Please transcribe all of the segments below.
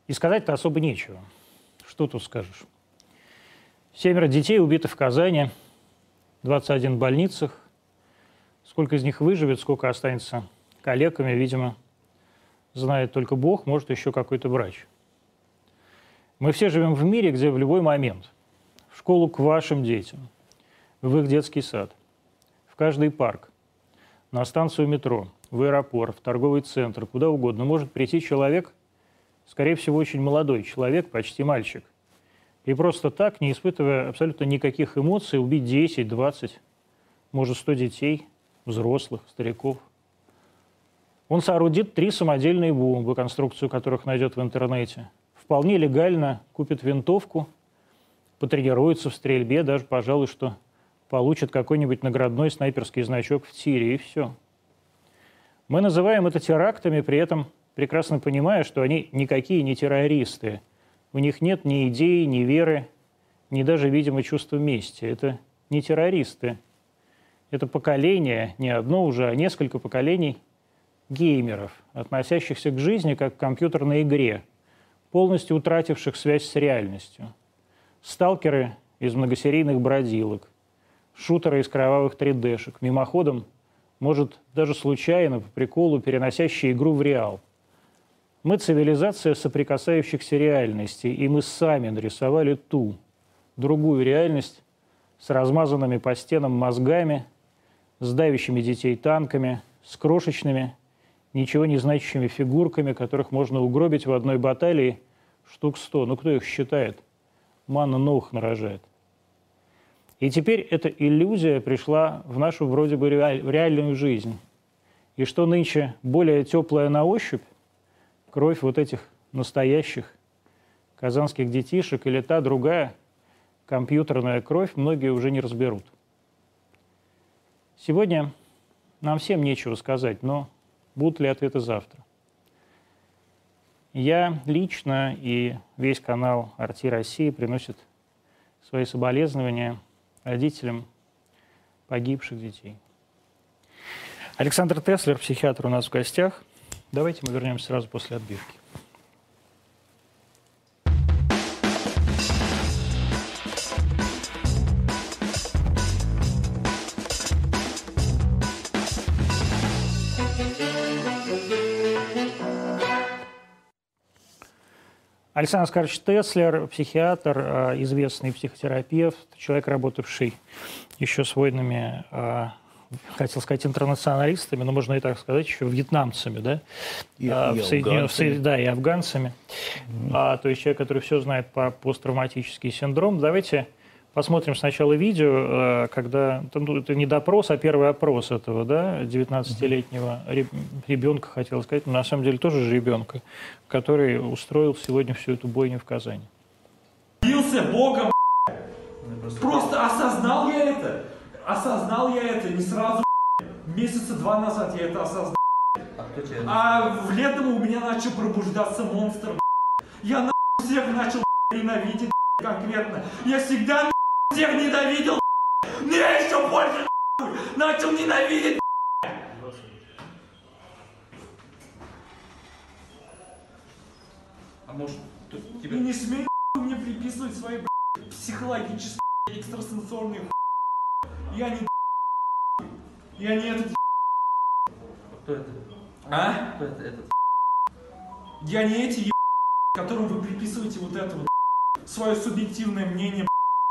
И сказать-то особо нечего. Что тут скажешь? 7 детей убиты в Казани, 21 в больницах. Сколько из них выживет, сколько останется калеками, видимо, знает только Бог, может, еще какой-то врач. Мы все живем в мире, где в любой момент в школу к вашим детям, в их детский сад, в каждый парк, на станцию метро, в аэропорт, в торговый центр, куда угодно может прийти человек, скорее всего, очень молодой человек, почти мальчик, и просто так, не испытывая абсолютно никаких эмоций, убить 10, 20, может, 100 детей, взрослых, стариков. Он соорудит 3 самодельные бомбы, конструкцию которых найдет в интернете. Вполне легально купит винтовку, потренируется в стрельбе, даже, пожалуй, что получит какой-нибудь наградной снайперский значок в тире, и все. Мы называем это терактами, при этом прекрасно понимая, что они никакие не террористы. У них нет ни идей, ни веры, ни даже, видимо, чувства мести. Это не террористы. Это поколение, не одно уже, а несколько поколений геймеров, относящихся к жизни как к компьютерной игре, полностью утративших связь с реальностью. Сталкеры из многосерийных бродилок, шутеры из кровавых 3D-шек, мимоходом, может, даже случайно, по приколу, переносящие игру в реал. Мы цивилизация соприкасающихся реальностей, и мы сами нарисовали ту, другую реальность с размазанными по стенам мозгами, с давящими детей танками, с крошечными, ничего не значащими фигурками, которых можно угробить в одной баталии штук 100. Ну, кто их считает? Манна новых нарожает. И теперь эта иллюзия пришла в нашу вроде бы реальную жизнь. И что нынче более теплая на ощупь, кровь вот этих настоящих казанских детишек или та другая компьютерная кровь, многие уже не разберут. Сегодня нам всем нечего сказать, но будут ли ответы завтра? Я лично и весь канал «Арти России» приносит свои соболезнования родителям погибших детей. Александр Теслер, психиатр, у нас в гостях. Давайте мы вернемся сразу после отбивки. Александр Оскарович Теслер, психиатр, известный психотерапевт, человек, работавший еще с воинами, хотел сказать, интернационалистами, но можно и так сказать, еще вьетнамцами, да? И афганцами. То есть человек, который все знает про посттравматический синдром. Давайте посмотрим сначала видео, когда это не допрос, а первый опрос этого, да, 19-летнего ребенка, хотел сказать, но на самом деле тоже же ребенка, который устроил сегодня всю эту бойню в Казани. Бился Богом, просто осознал я это не сразу, месяца 2 назад я это осознал, в летом у меня начал пробуждаться монстр, я всех начал ненавидеть конкретно, я всегда всех ненавидел, но я еще больше начал ненавидеть. А может, тебе не смей мне приписывать свои психологические, экстрасенсорные я не этот. Кто это? А? Кто это этот? Я не эти которым вы приписываете вот это вот свое субъективное мнение.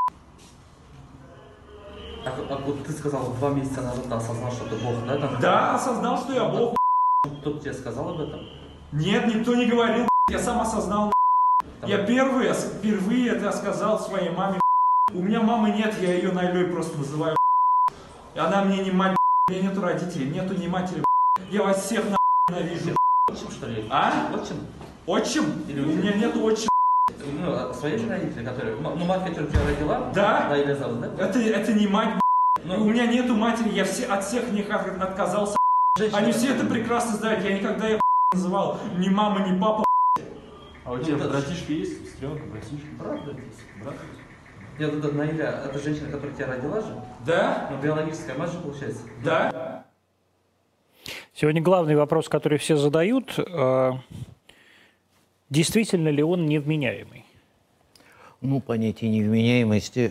А вот ты сказал, 2 месяца назад ты осознал, что ты Бог, да? Да, осознал, что я Бог. Кто тебе сказал об этом? Нет, никто не говорил, я сам осознал. Я впервые это сказал своей маме. У меня мамы нет, я ее Найлей просто называю. И она мне не мать, у меня нету родителей, нету ни матери. Я вас всех ненавижу. Отчим, что ли? А? Отчим? Отчим? Или у меня нету отчим. Ну, свои же родители, которые... Ну, мать, которая тебя родила? Да. Да, или зовут, да? Это не мать, ну, у меня нету матери, я от всех них отказался. Женщина, они все это прекрасно знают, я никогда их называл ни мама, ни папа. А у тебя братишки есть? Сестренка, братишки? Брат, брат. Я тут Наиля, это женщина, которая тебя родила же? Да. Ну, биологическая мать же получается? Да. Сегодня главный вопрос, который все задают, Действительно ли он невменяемый? Ну, понятие невменяемости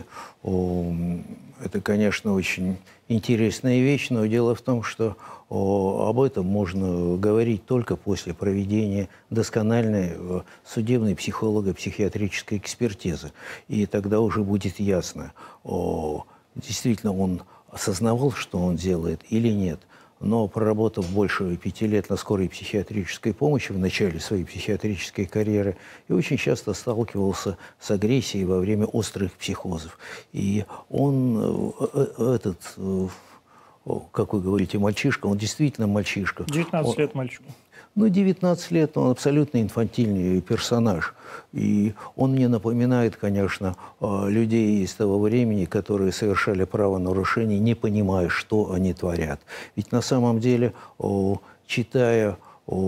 это, конечно, очень интересная вещь, но дело в том, что об этом можно говорить только после проведения доскональной судебной психолого-психиатрической экспертизы. И тогда уже будет ясно, действительно он осознавал, что он делает или нет. Но проработав больше 5 лет на скорой психиатрической помощи в начале своей психиатрической карьеры, я очень часто сталкивался с агрессией во время острых психозов. И он, этот, как вы говорите, мальчишка, он действительно мальчишка. 19 лет мальчику. Ну, 19 лет, он абсолютно инфантильный персонаж. И он мне напоминает, конечно, людей из того времени, которые совершали правонарушения, не понимая, что они творят. Ведь на самом деле, читая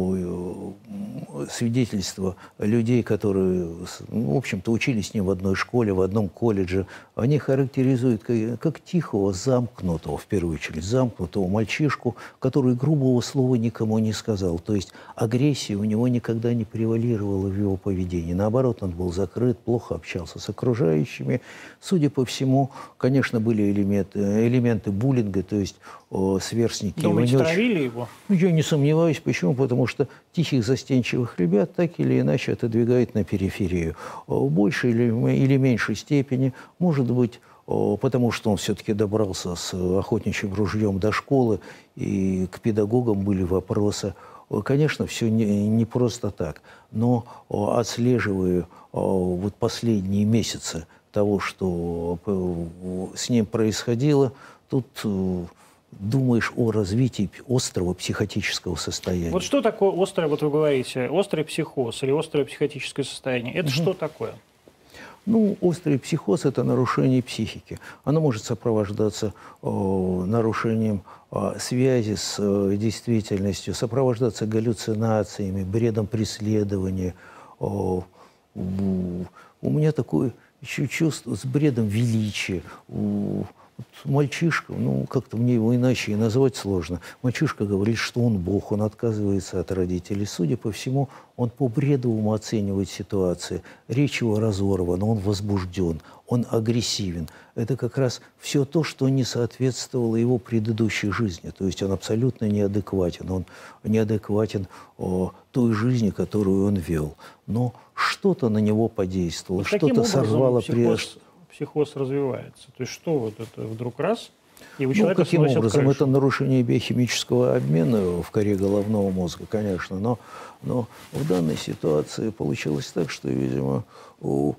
свидетельства людей, которые, в общем-то, учились с ним в одной школе, в одном колледже, они характеризуют как тихого, замкнутого, в первую очередь, замкнутого мальчишку, который грубого слова никому не сказал. То есть агрессия у него никогда не превалировала в его поведении. Наоборот, он был закрыт, плохо общался с окружающими. Судя по всему, конечно, были элементы буллинга, то есть сверстники... Думаете, травили его? Я не сомневаюсь. Почему? Потому что тихих, застенчивых ребят так или иначе отодвигают на периферию. В большей или меньшей степени, может быть, потому что он все-таки добрался с охотничьим ружьем до школы, и к педагогам были вопросы. Конечно, все не просто так. Но отслеживая вот последние месяцы того, что с ним происходило, тут... думаешь о развитии острого психотического состояния. Вот что такое острое, вот вы говорите, острый психоз или острое психотическое состояние? Это что такое? Ну, острый психоз – это нарушение психики. Оно может сопровождаться нарушением связи с действительностью, сопровождаться галлюцинациями, бредом преследования. У меня такое чувство с бредом величия. Вот мальчишка, ну, как-то мне его иначе и назвать сложно. Мальчишка говорит, что он Бог, он отказывается от родителей. Судя по всему, он по-бредовому оценивает ситуацию. Речь его разорвана, он возбужден, он агрессивен. Это как раз все то, что не соответствовало его предыдущей жизни. То есть он абсолютно неадекватен. Он неадекватен той жизни, которую он вел. Но что-то на него подействовало, вот что-то сорвало психоз развивается. То есть что вот это вдруг раз, и у ну, человека каким образом? крышу. Это нарушение биохимического обмена в коре головного мозга, конечно. Но в данной ситуации получилось так, что, видимо, у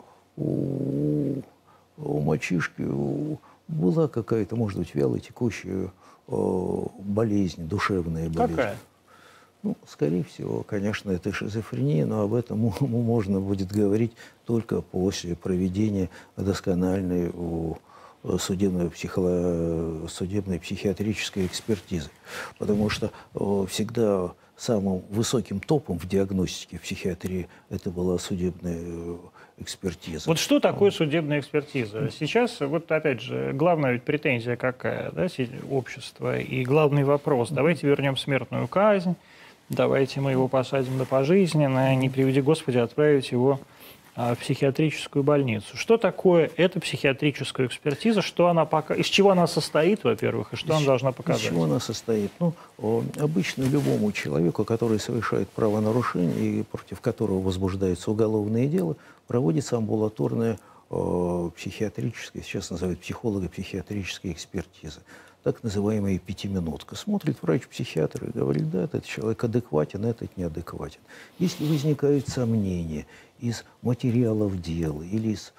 мальчишки была какая-то, может быть, вяло текущая болезнь, душевная болезнь. Какая? Ну, скорее всего, конечно, это шизофрения, но об этом можно будет говорить только после проведения доскональной судебной психиатрической экспертизы. Потому что всегда самым высоким топом в диагностике в психиатрии это была судебная экспертиза. Вот что такое судебная экспертиза? Сейчас, вот опять же, главная ведь претензия какая, да, общества, и главный вопрос. Давайте вернем смертную казнь. Давайте мы его посадим на пожизненно, не приведи Господи, отправить его в психиатрическую больницу. Что такое эта психиатрическая экспертиза? Что она из чего она состоит, во-первых, и что она должна показать? Из чего она состоит? Ну, обычно любому человеку, который совершает правонарушение и против которого возбуждается уголовное дело, проводится амбулаторная психиатрическая, сейчас называют психолого-психиатрическая экспертиза. Так называемая пятиминутка. Смотрит врач-психиатр и говорит, да, этот человек адекватен, этот неадекватен. Если возникают сомнения из материалов дела или из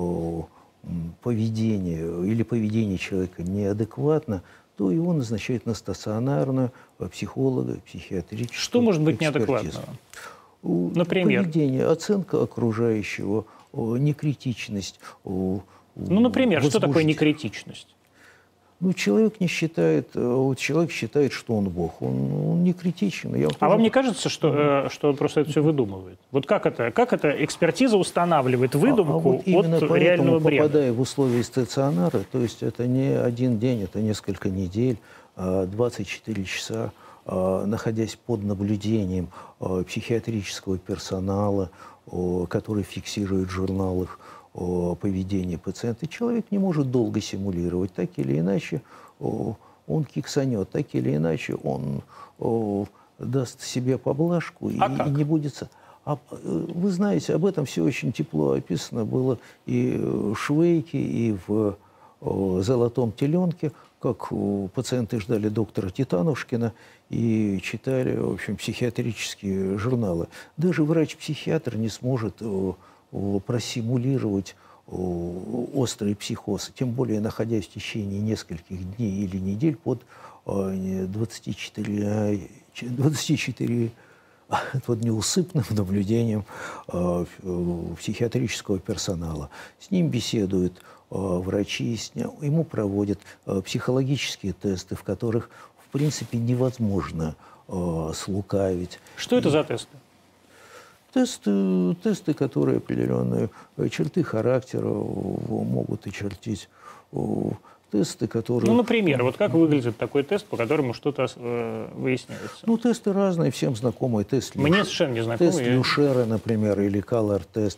поведение человека неадекватно, то его назначают на стационарную психолого-психиатрическую Что может быть экспертизу. неадекватного? Например? Поведение, оценка окружающего, некритичность. Ну, например, что такое некритичность? Ну, человек не считает, человек считает, что он Бог. Он не критичен. А вам не кажется, что он просто это все выдумывает? Вот как это экспертиза устанавливает выдумку вот именно от реального бреда? Попадая в условия стационара, то есть это не один день, это несколько недель, 24 часа находясь под наблюдением психиатрического персонала, который фиксирует в журналах поведение пациента, человек не может долго симулировать. Так или иначе он киксанет, так или иначе он даст себе поблажку и не будет... Вы знаете, об этом все очень тепло описано было и в «Швейке», и в «Золотом теленке», как пациенты ждали доктора Титанушкина и читали, в общем, психиатрические журналы. Даже врач-психиатр не сможет просимулировать острый психоз, тем более находясь в течение нескольких дней или недель под 24 под неусыпным наблюдением психиатрического персонала. С ним беседуют врачи, ему проводят психологические тесты, в которых, в принципе, невозможно слукавить. Что это за тесты? Тесты, которые определенные черты характера могут очертить. Тесты, которые... Ну, например, вот как выглядит такой тест, по которому что-то выясняется? Ну, тесты разные, всем знакомые. Тест Мне совершенно не знакомый. Тест Люшера, например, или Color-тест.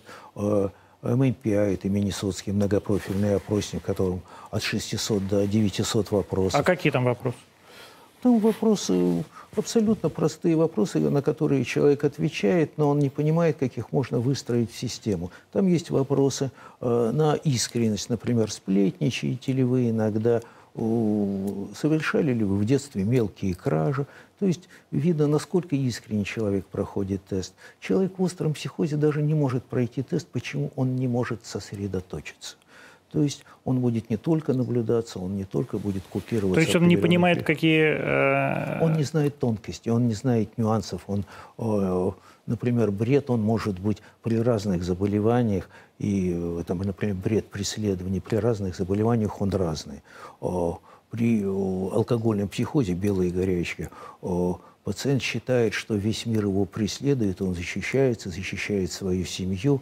ММПИ, это Миннесотский многопрофильный опросник, в котором от 600 до 900 вопросов. А какие там вопросы? Там вопросы, абсолютно простые вопросы, на которые человек отвечает, но он не понимает, как их можно выстроить в систему. Там есть вопросы на искренность, например, сплетничаете ли вы иногда, совершали ли вы в детстве мелкие кражи. То есть видно, насколько искренне человек проходит тест. Человек в остром психозе даже не может пройти тест, почему он не может сосредоточиться. То есть он будет не только наблюдаться, он не только будет купироваться. То есть он не понимает, какие... Он не знает тонкости, он не знает нюансов. Он, например, бред, он может быть при разных заболеваниях, и, там, например, бред преследования, при разных заболеваниях он разный. При алкогольном психозе, белые горячки, пациент считает, что весь мир его преследует, он защищается, защищает свою семью,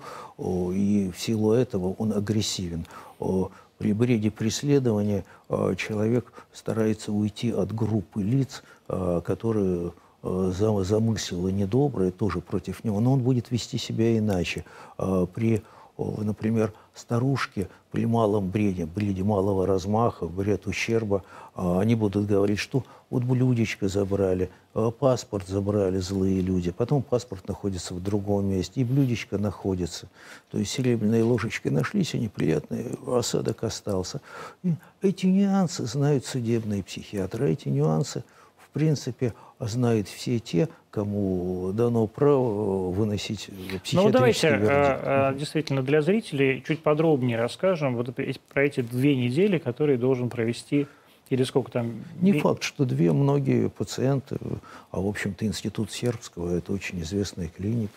и в силу этого он агрессивен. При бреде преследования человек старается уйти от группы лиц, которые замыслили недоброе тоже против него, но он будет вести себя иначе. При, например, старушке при малом бреде малого размаха, бред ущерба, они будут говорить, что вот блюдечко забрали, паспорт забрали злые люди, потом паспорт находится в другом месте, и блюдечко находится. То есть серебряной ложечкой нашлись, и неприятный осадок остался. И эти нюансы знают судебные психиатры, эти нюансы, в принципе, знают все те, кому дано право выносить психиатрический Ну, давайте вердикт. действительно для зрителей чуть подробнее расскажем вот про эти 2 недели, которые должен провести, или сколько там... Не факт, что 2, многие пациенты, а в общем-то институт Сербского, это очень известная клиника.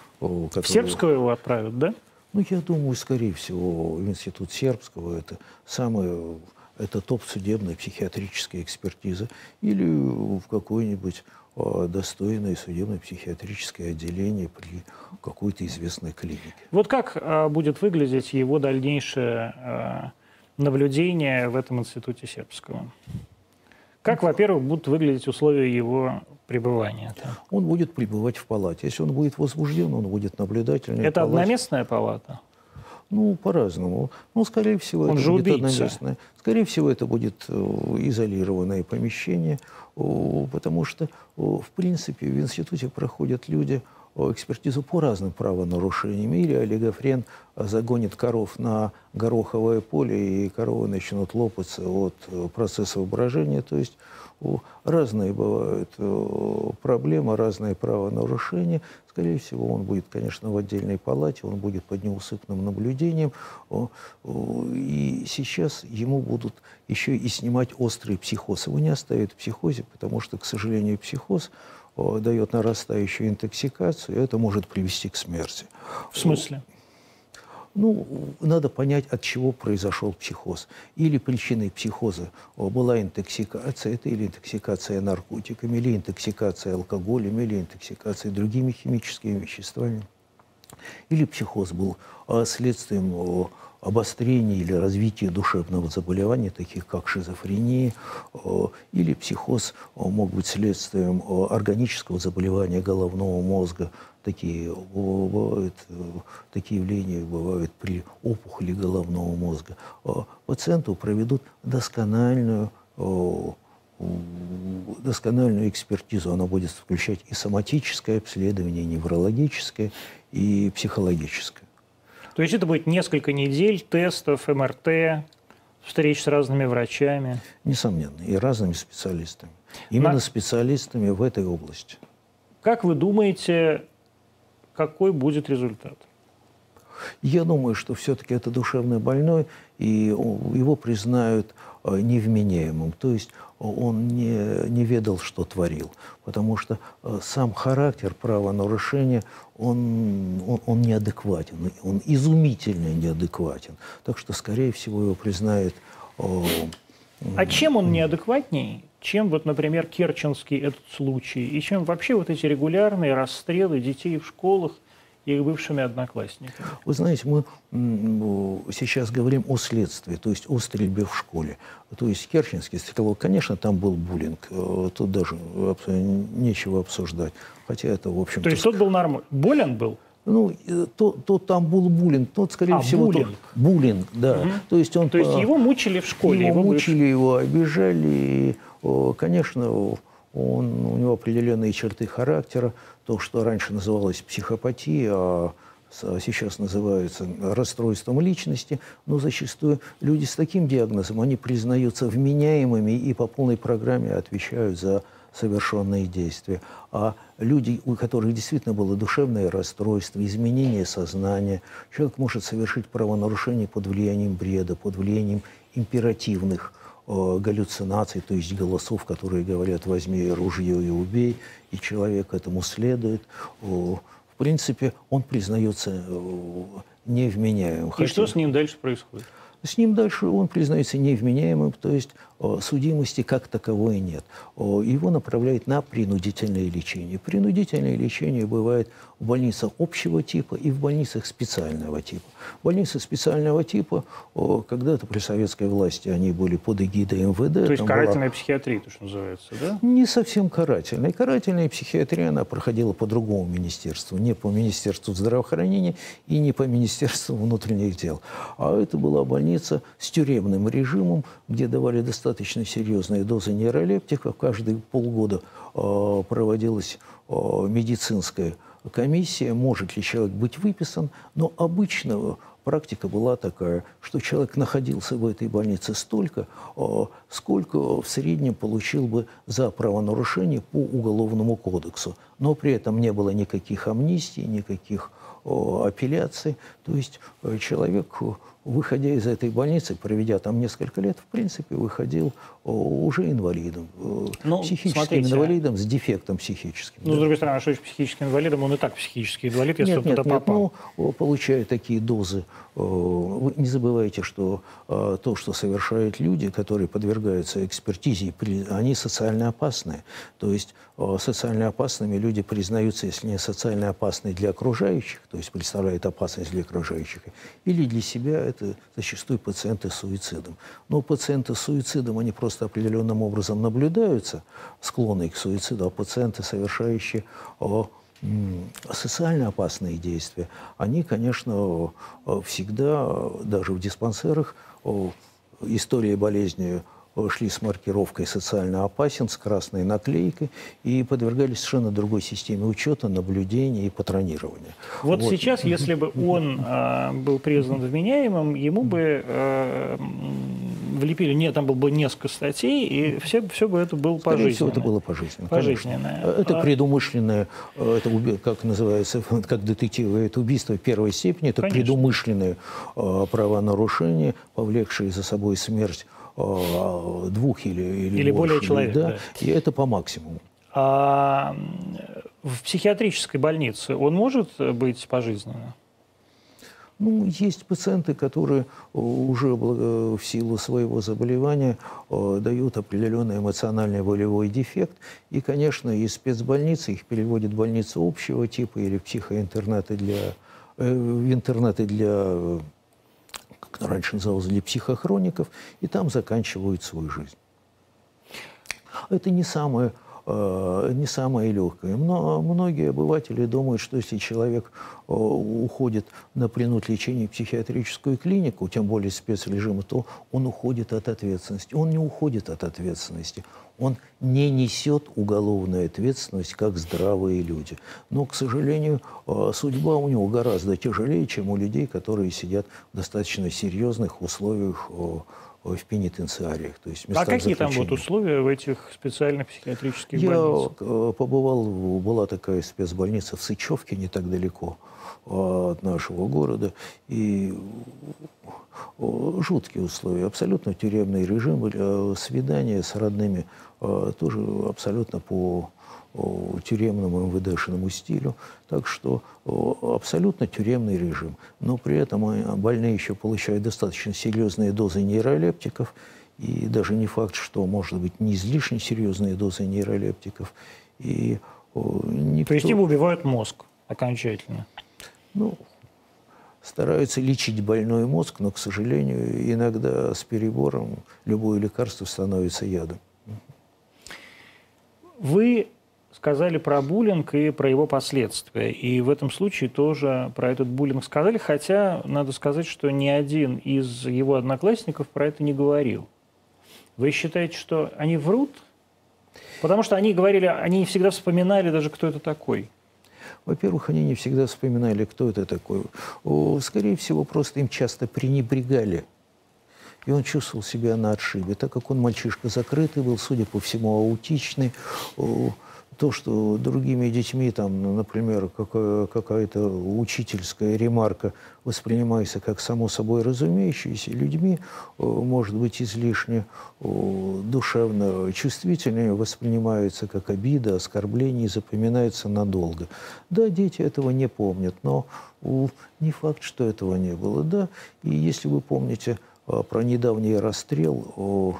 В Сербского его отправят, да? Ну, я думаю, скорее всего, институт Сербского это топ судебной психиатрической экспертизы или в какое-нибудь достойное судебно-психиатрическое отделение при какой-то известной клинике. Вот как будет выглядеть его дальнейшее наблюдение в этом институте Сербского? Как, во-первых, будут выглядеть условия его пребывания там? Он будет пребывать в палате. Если он будет возбужден, он будет наблюдательный. Это одноместная палата? Ну, по-разному. Ну, скорее всего, он это же будет убийца. одноместное. Скорее всего, это будет изолированное помещение, потому что, в принципе, в институте проходят люди экспертизу по разным правонарушениям. Или олигофрен загонит коров на гороховое поле, и коровы начнут лопаться от процесса брожения. То есть разные бывают проблемы, разные правонарушения. Скорее всего, он будет, конечно, в отдельной палате, он будет под неусыпным наблюдением. И сейчас ему будут еще и снимать острый психоз. Его не оставят в психозе, потому что, к сожалению, психоз дает нарастающую интоксикацию, и это может привести к смерти. В смысле? Ну, надо понять, от чего произошел психоз. Или причиной психоза была интоксикация, это или интоксикация наркотиками, или интоксикация алкоголем, или интоксикация другими химическими веществами. или психоз был следствием обострения или развития душевного заболевания, таких как шизофрения, или психоз мог быть следствием органического заболевания головного мозга. Такие явления бывают при опухоли головного мозга. Пациенту проведут доскональную экспертизу. Она будет включать и соматическое обследование, и неврологическое, и психологическое. То есть это будет несколько недель тестов, МРТ, встреч с разными врачами? Несомненно, и разными специалистами. Именно специалистами в этой области. Как вы думаете, какой будет результат? Я думаю, что все-таки это душевно больной, и его признают невменяемым. То есть он не ведал, что творил. Потому что сам характер правонарушения, он неадекватен. Он изумительно неадекватен. Так что, скорее всего, его признают... А чем он неадекватней? Чем, вот, например, керченский этот случай? И чем вообще вот эти регулярные расстрелы детей в школах и их бывшими одноклассниками? Вы знаете, мы сейчас говорим о следствии, то есть о стрельбе в школе. То есть керченский стрелок, конечно, там был буллинг. Тут даже нечего обсуждать. Хотя это, в общем-то... То есть тот был нормальный? Болен был? Ну, тот там был буллинг, тот, скорее всего... буллинг. Буллинг, да. Угу. То есть его мучили в школе? Его мучили, его обижали. И, конечно, у него определенные черты характера. То, что раньше называлось психопатией, а сейчас называется расстройством личности. Но зачастую люди с таким диагнозом, они признаются вменяемыми и по полной программе отвечают за совершенные действия. А люди, у которых действительно было душевное расстройство, изменение сознания, человек может совершить правонарушение под влиянием бреда, под влиянием императивных галлюцинаций, то есть голосов, которые говорят «возьми ружье и убей», и человек этому следует. В принципе, он признается невменяемым. И что с ним дальше происходит? С ним дальше он признается невменяемым, то есть судимости как таковой нет. Его направляют на принудительное лечение. Принудительное лечение бывает в больницах общего типа и в больницах специального типа. Больницы специального типа, когда-то при советской власти они были под эгидой МВД. То есть карательная психиатрия, то, что называется, да? Не совсем карательная. Карательная психиатрия, она проходила по другому министерству. Не по Министерству здравоохранения и не по Министерству внутренних дел. А это была больница с тюремным режимом, где давали достаточно серьезные дозы нейролептиков. Каждые полгода проводилась медицинская комиссия, может ли человек быть выписан. Но обычно практика была такая, что человек находился в этой больнице столько, сколько в среднем получил бы за правонарушение по Уголовному кодексу. Но при этом не было никаких амнистий, никаких апелляций. То есть человек, выходя из этой больницы, проведя там несколько лет, в принципе, выходил уже инвалидом, психическим инвалидом с дефектом психическим. Ну, с другой стороны, а что психическим инвалидом? Он и так психический инвалид, если он туда попал. Ну, получая такие дозы, вы не забывайте, что то, что совершают люди, которые подвергаются экспертизе, они социально опасные. То есть социально опасными люди признаются, если не социально опасны для окружающих, то есть представляют опасность для окружающих, или для себя, это зачастую пациенты с суицидом. Но пациенты с суицидом, они просто определенным образом наблюдаются, склонны к суициду, а пациенты, совершающие социально опасные действия, они, конечно, всегда, даже в диспансерах, история болезни шли с маркировкой «социально опасен», с красной наклейкой и подвергались совершенно другой системе учета, наблюдения и патронирования. Вот сейчас, если бы он был признан вменяемым, ему бы влепили, там было бы несколько статей, и все бы это было пожизненно. Скорее всего, это было пожизненно. Пожизненное. Это предумышленное, это, как называется, как детективы, это убийство первой степени, это предумышленное правонарушение, повлекшее за собой смерть двух или более человек. Да, и это по максимуму. А в психиатрической больнице он может быть пожизненно? Ну, есть пациенты, которые уже в силу своего заболевания дают определенный эмоциональный волевой дефект. И, конечно, из спецбольницы их переводят в больницу общего типа или в психоинтернаты для в интернаты для, как раньше называлось, для психохроников, и там заканчивают свою жизнь. Это не самое легкое. Но многие обыватели думают, что если человек уходит на принуд-лечение в психиатрическую клинику, тем более спецрежима, то он уходит от ответственности. Он не уходит от ответственности. Он не несет уголовную ответственность, как здравые люди. Но, к сожалению, судьба у него гораздо тяжелее, чем у людей, которые сидят в достаточно серьезных условиях в пенитенциариях. То есть а какие там вот условия в этих специальных психиатрических больницах? Я побывал, была такая спецбольница в Сычевке, не так далеко от нашего города, и жуткие условия, абсолютно тюремный режим, свидания с родными тоже абсолютно по тюремному МВДшному стилю. Так что абсолютно тюремный режим. Но при этом больные еще получают достаточно серьезные дозы нейролептиков. И даже не факт, что, может быть, не излишне серьезные дозы нейролептиков. И никто... То есть им убивают мозг окончательно? Ну, стараются лечить больной мозг, но, к сожалению, иногда с перебором любое лекарство становится ядом. Вы сказали про буллинг и про его последствия. И в этом случае тоже про этот буллинг сказали, хотя надо сказать, что ни один из его одноклассников про это не говорил. Вы считаете, что они врут? Потому что они говорили, они не всегда вспоминали даже, кто это такой. Во-первых, они не всегда вспоминали, кто это такой. Скорее всего, просто им часто пренебрегали. И он чувствовал себя на отшибе. Так как он мальчишка закрытый был, судя по всему, аутичный, то, что другими детьми, там, например, какая-то учительская ремарка воспринимается как само собой разумеющееся, людьми, может быть, излишне душевно чувствительными, воспринимаются как обида, оскорбление и запоминаются надолго. Да, дети этого не помнят, но не факт, что этого не было. Да, и если вы помните про недавний расстрел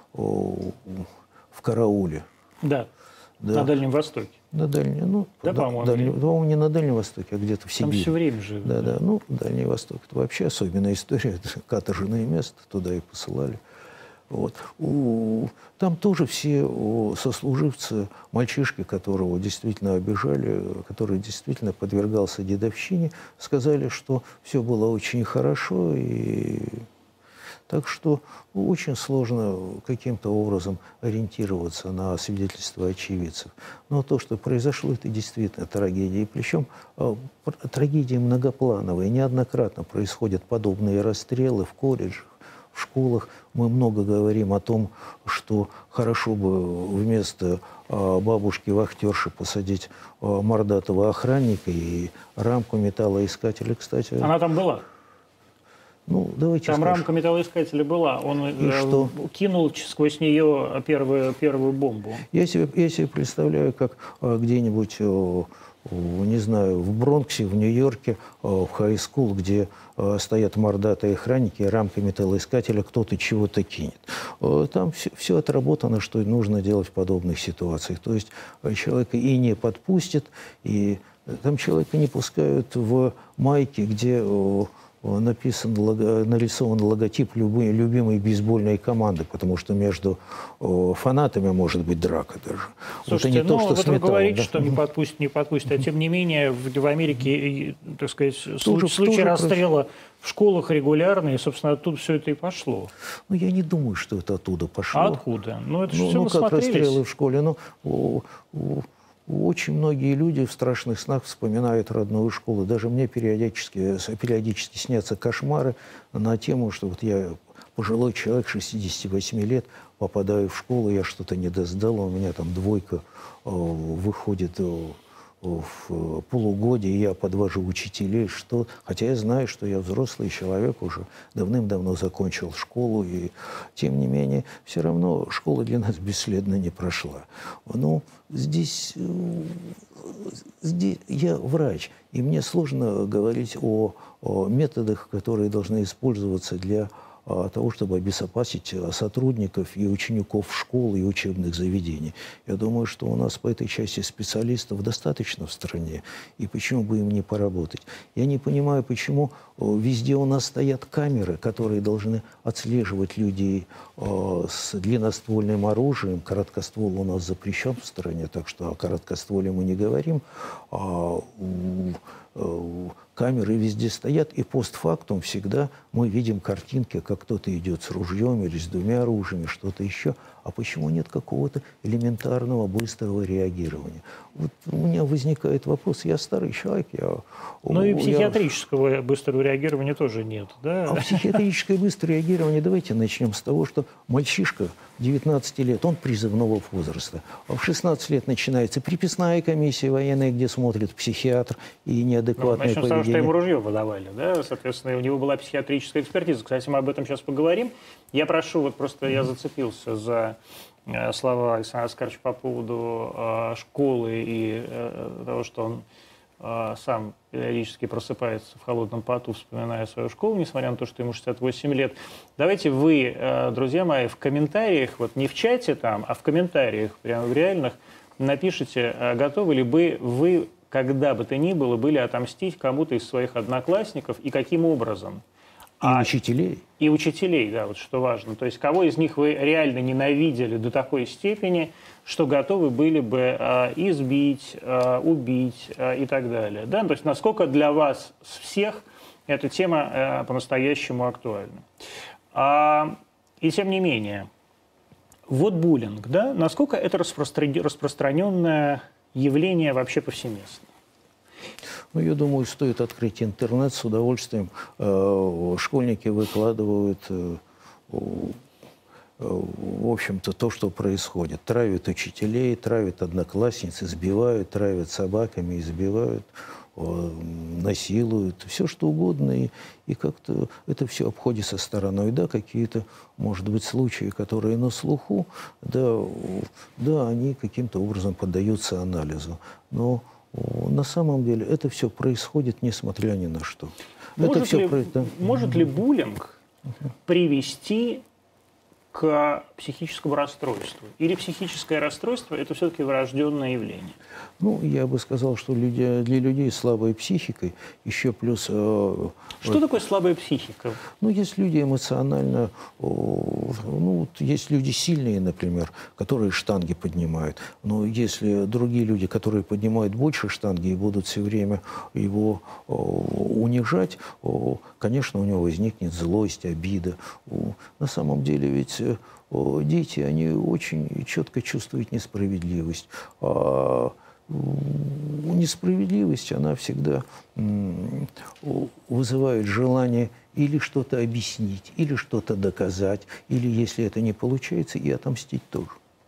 в карауле. Да. Да. На Дальнем Востоке. На Дальнем, ну, да, по-моему, не на Дальнем Востоке, а где-то в Сибири. Там все время живут. Да, да, ну, Дальний Восток. Это вообще особенная история. Это каторжное место, туда и посылали. Вот. Там тоже все сослуживцы, мальчишки, которого действительно обижали, который действительно подвергался дедовщине, сказали, что все было очень хорошо, и... Так что очень сложно каким-то образом ориентироваться на свидетельства очевидцев. Но то, что произошло, это действительно трагедия. И причем трагедия многоплановая. Неоднократно происходят подобные расстрелы в колледжах, в школах. Мы много говорим о том, что хорошо бы вместо бабушки-вахтерши посадить мордатого охранника и рамку металлоискателя, кстати. Она там была? Ну, давайте там скажем. рамка металлоискателя была. Он кинул сквозь нее первую бомбу. Я себе представляю, как где-нибудь, не знаю, в Бронксе, в Нью-Йорке, в хай-скул, где стоят мордатые охранники, и рамка металлоискателя, кто-то чего-то кинет. Там все отработано, что нужно делать в подобных ситуациях. То есть человека и не подпустят, и там человека не пускают в майке, где... нарисован логотип любимой бейсбольной команды, потому что между фанатами может быть драка даже. Слушайте, вот не вот вы говорите, да? Что не подпустят, а тем не менее в Америке, так сказать, случаи расстрела в школах регулярные, и, собственно, оттуда все это и пошло. Ну, я не думаю, что это оттуда пошло. А откуда? Ну, это же все как расстрелы в школе. Очень многие люди в страшных снах вспоминают родную школу. Даже мне периодически снятся кошмары на тему, что вот я пожилой человек, 68 лет, попадаю в школу, я что-то не досдал, у меня там двойка выходит в полугодие, я подвожу учителей, что... Хотя я знаю, что я взрослый человек, уже давным-давно закончил школу, и тем не менее, все равно школа для нас бесследно не прошла. Ну, здесь я врач, и мне сложно говорить о методах, которые должны использоваться для того, чтобы обезопасить сотрудников и учеников школ и учебных заведений. Я думаю, что у нас по этой части специалистов достаточно в стране, и почему бы им не поработать. Я не понимаю, почему везде у нас стоят камеры, которые должны отслеживать людей с длинноствольным оружием. Короткоствол у нас запрещен в стране, так что о короткостволе мы не говорим. Камеры везде стоят, и постфактум всегда мы видим картинки, как кто-то идет с ружьем или с двумя оружиями, что-то еще. А почему нет какого-то элементарного быстрого реагирования? Вот у меня возникает вопрос, я старый человек, Ну и психиатрического быстрого реагирования тоже нет, да? А психиатрическое быстрое реагирование, давайте начнем с того, что мальчишка 19 лет, он призывного возраста. А в 16 лет начинается приписная комиссия военная, где смотрит психиатр и неадекватное начнем поведение. с того, что ему ружье выдавали, да? Соответственно, у него была психиатрическая экспертиза. Кстати, мы об этом сейчас поговорим. Я прошу, вот просто я зацепился за слова Александра Оскаровича по поводу школы и того, что он сам периодически просыпается в холодном поту, вспоминая свою школу, несмотря на то, что ему 68 лет. Давайте вы, друзья мои, в комментариях, вот не в чате там, а в комментариях, прямо в реальных, напишите, готовы ли бы вы, когда бы то ни было, были отомстить кому-то из своих одноклассников и каким образом. И учителей. И учителей, да, вот что важно. То есть кого из них вы реально ненавидели до такой степени, что готовы были бы избить, убить и так далее. Да? То есть насколько для вас всех эта тема по-настоящему актуальна. И тем не менее, вот буллинг, да, насколько это распространенное явление вообще повсеместно? Ну, я думаю, стоит открыть интернет с удовольствием. Школьники выкладывают, в общем-то, то, что происходит. Травят учителей, травят одноклассниц, избивают, травят собаками, избивают, насилуют, все что угодно. И как-то это все обходится стороной. Да, какие-то, может быть, случаи, которые на слуху, да, они каким-то образом поддаются анализу. Но на самом деле это все происходит, несмотря ни на что. Может ли буллинг привести к психическому расстройству? Или психическое расстройство – это все-таки врожденное явление? Ну, я бы сказал, что для людей с слабой психикой еще плюс... Что такое слабая психика? Ну, есть люди эмоционально... Ну, есть люди сильные, например, которые штанги поднимают. Но если другие люди, которые поднимают больше штанги и будут все время его унижать, конечно, у него возникнет злость, обида. На самом деле ведь дети, они очень четко чувствуют несправедливость. Несправедливость, она всегда вызывает желание или что-то объяснить, или что-то доказать, или, если это не получается, и отомстить тоже.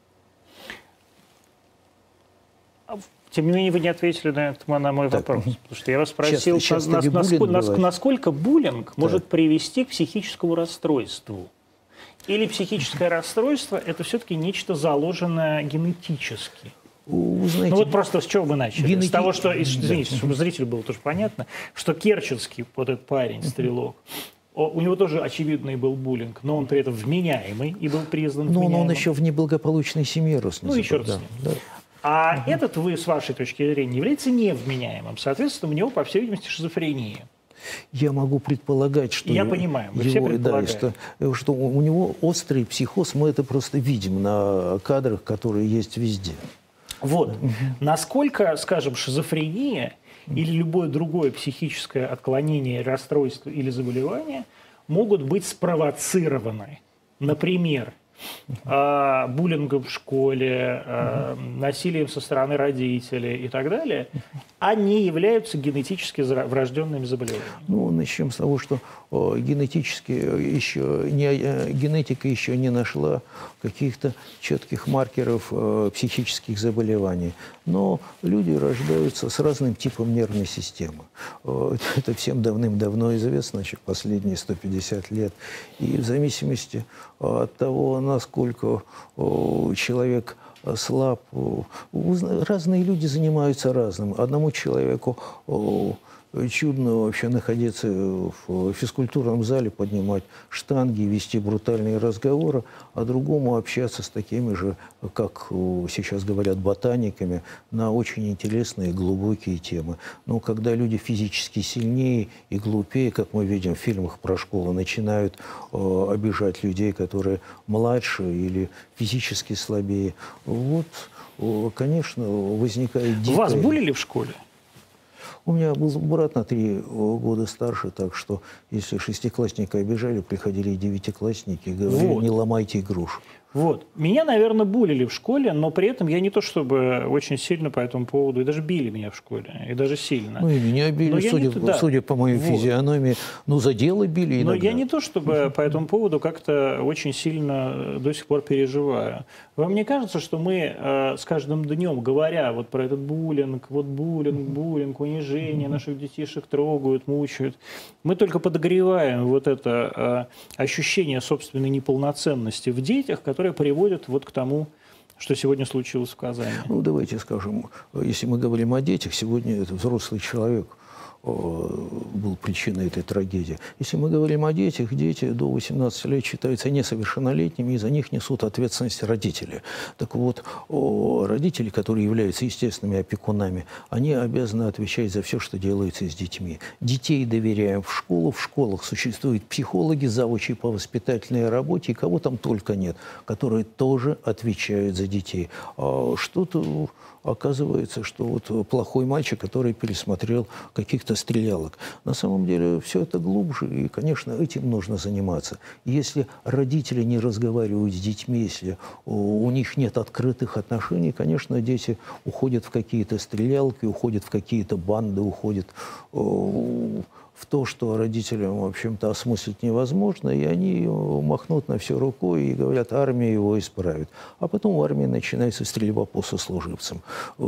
Тем не менее, вы не ответили на мой вопрос. Потому что я вас спросил, насколько буллинг может привести к психическому расстройству. Или психическое расстройство – это все-таки нечто заложенное генетически? Знаете, ну вот просто с чего мы начали? С того, что, извините, чтобы зрителю было тоже понятно, что керченский вот этот парень, стрелок, у него тоже очевидный был буллинг, но он при этом вменяемый и был признан вменяемым. Но он еще в неблагополучной семье рос. Ну и черт с ним. Да. А этот, вы, с вашей точки зрения, является невменяемым. Соответственно, у него, по всей видимости, шизофрения. Я могу предполагать, что... Я понимаю, вы все предполагаете. Что у него острый психоз, мы это просто видим на кадрах, которые есть везде. Вот. Насколько, скажем, шизофрения или любое другое психическое отклонение, расстройство или заболевание могут быть спровоцированы, например, буллингом в школе, насилием со стороны родителей и так далее, они являются генетически врожденными заболеваниями. Ну, начнем с того, что генетика еще не нашла каких-то четких маркеров психических заболеваний. Но люди рождаются с разным типом нервной системы. Это всем давным-давно известно, еще последние 150 лет. И в зависимости от того, насколько человек слаб, разные люди занимаются разным. Одному человеку чудно вообще находиться в физкультурном зале, поднимать штанги, вести брутальные разговоры, а другому общаться с такими же, как сейчас говорят, ботаниками, на очень интересные глубокие темы. Но когда люди физически сильнее и глупее, как мы видим в фильмах про школу, начинают обижать людей, которые младше или физически слабее, вот, конечно, возникает дикая... Вас булили в школе? У меня был брат на 3 года старше, так что если шестиклассника обижали, приходили и девятиклассники и говорили, Вот. не ломайте игрушек. Вот. Меня, наверное, булили в школе, но при этом я не то чтобы очень сильно по этому поводу, и даже били меня в школе, и даже сильно. Ну и меня Но били, я судя, не то- да. судя по моей Вот. физиономии, ну за дело били Но иногда. я не то чтобы по этому поводу как-то очень сильно до сих пор переживаю. Вам не кажется, что мы с каждым днем, говоря вот про этот буллинг, вот буллинг, унижение, наших детишек трогают, мучают, мы только подогреваем вот это ощущение собственной неполноценности в детях, которое приводит вот к тому, что сегодня случилось в Казани. Ну, давайте скажем, если мы говорим о детях, сегодня это взрослый человек был причиной этой трагедии. Если мы говорим о детях, дети до 18 лет считаются несовершеннолетними, и за них несут ответственность родители. Так вот, родители, которые являются естественными опекунами, они обязаны отвечать за все, что делается с детьми. Детей доверяем в школу, в школах существуют психологи, завучи по воспитательной работе, и кого там только нет, которые тоже отвечают за детей. Что-то оказывается, что вот плохой мальчик, который пересмотрел каких-то стрелялок. На самом деле все это глубже, и, конечно, этим нужно заниматься. Если родители не разговаривают с детьми, если у них нет открытых отношений, конечно, дети уходят в какие-то стрелялки, уходят в какие-то банды, уходят в то, что родителям, в общем-то, осмыслить невозможно, и они махнут на все рукой и говорят, армия его исправит. А потом в армии начинается стрельба по сослуживцам.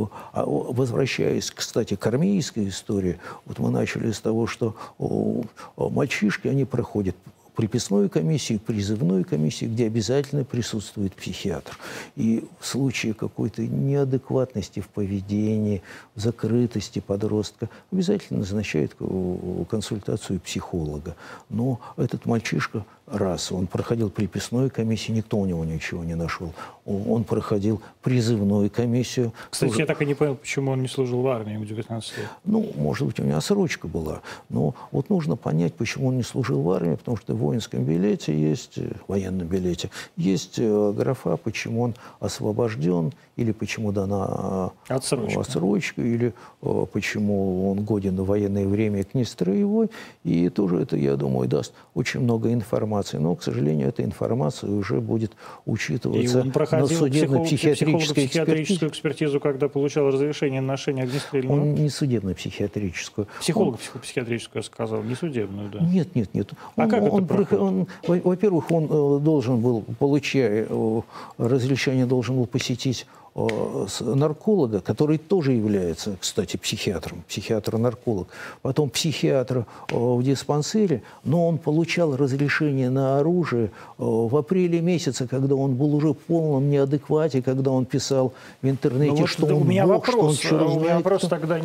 Возвращаясь, кстати, к армейской истории, вот мы начали с того, что мальчишки, они проходят приписную комиссию, призывную комиссию, где обязательно присутствует психиатр. И в случае какой-то неадекватности в поведении, закрытости подростка, обязательно назначает консультацию психолога. Но этот мальчишка, раз он проходил приписную комиссию, никто у него ничего не нашел. Он проходил призывную комиссию. Кстати, тоже... я так и не понял, почему он не служил в армии в 19 лет. Ну, может быть, у него отсрочка была. Но вот нужно понять, почему он не служил в армии, потому что в воинском билете есть, в военном билете, есть графа, почему он освобожден, или почему дана отсрочка, или почему он годен на военное время к нестроевой. И тоже это, я думаю, даст очень много информации. Но, к сожалению, эта информация уже будет учитываться на судебно-психиатрической экспертизу, когда получал разрешение на ношение огнестрельного. Он не судебно-психиатрическую. Психолого-психиатрическую, я сказал, не судебную, да. Нет. А как это проходит? Во-первых, он должен был, получая разрешение, должен был посетить нарколога, который тоже является, кстати, психиатром, психиатр-нарколог, потом психиатр в диспансере, но он получал разрешение на оружие в апреле месяце, когда он был уже в полном неадеквате, когда он писал в интернете, вот что он у меня бог, вопрос, что он у меня вопрос тогда,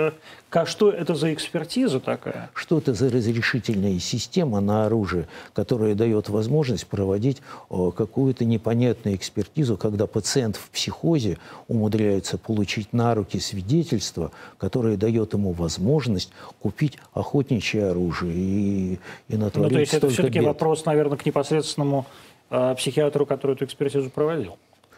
что это за экспертиза такая? Что это за разрешительная система на оружие, которая дает возможность проводить какую-то непонятную экспертизу, когда пациент в психозе умудряется получить на руки свидетельство, которое дает ему возможность купить охотничье оружие и натворить Ну, то есть это столько все-таки бед. вопрос, наверное, к непосредственному психиатру, который эту экспертизу проводил.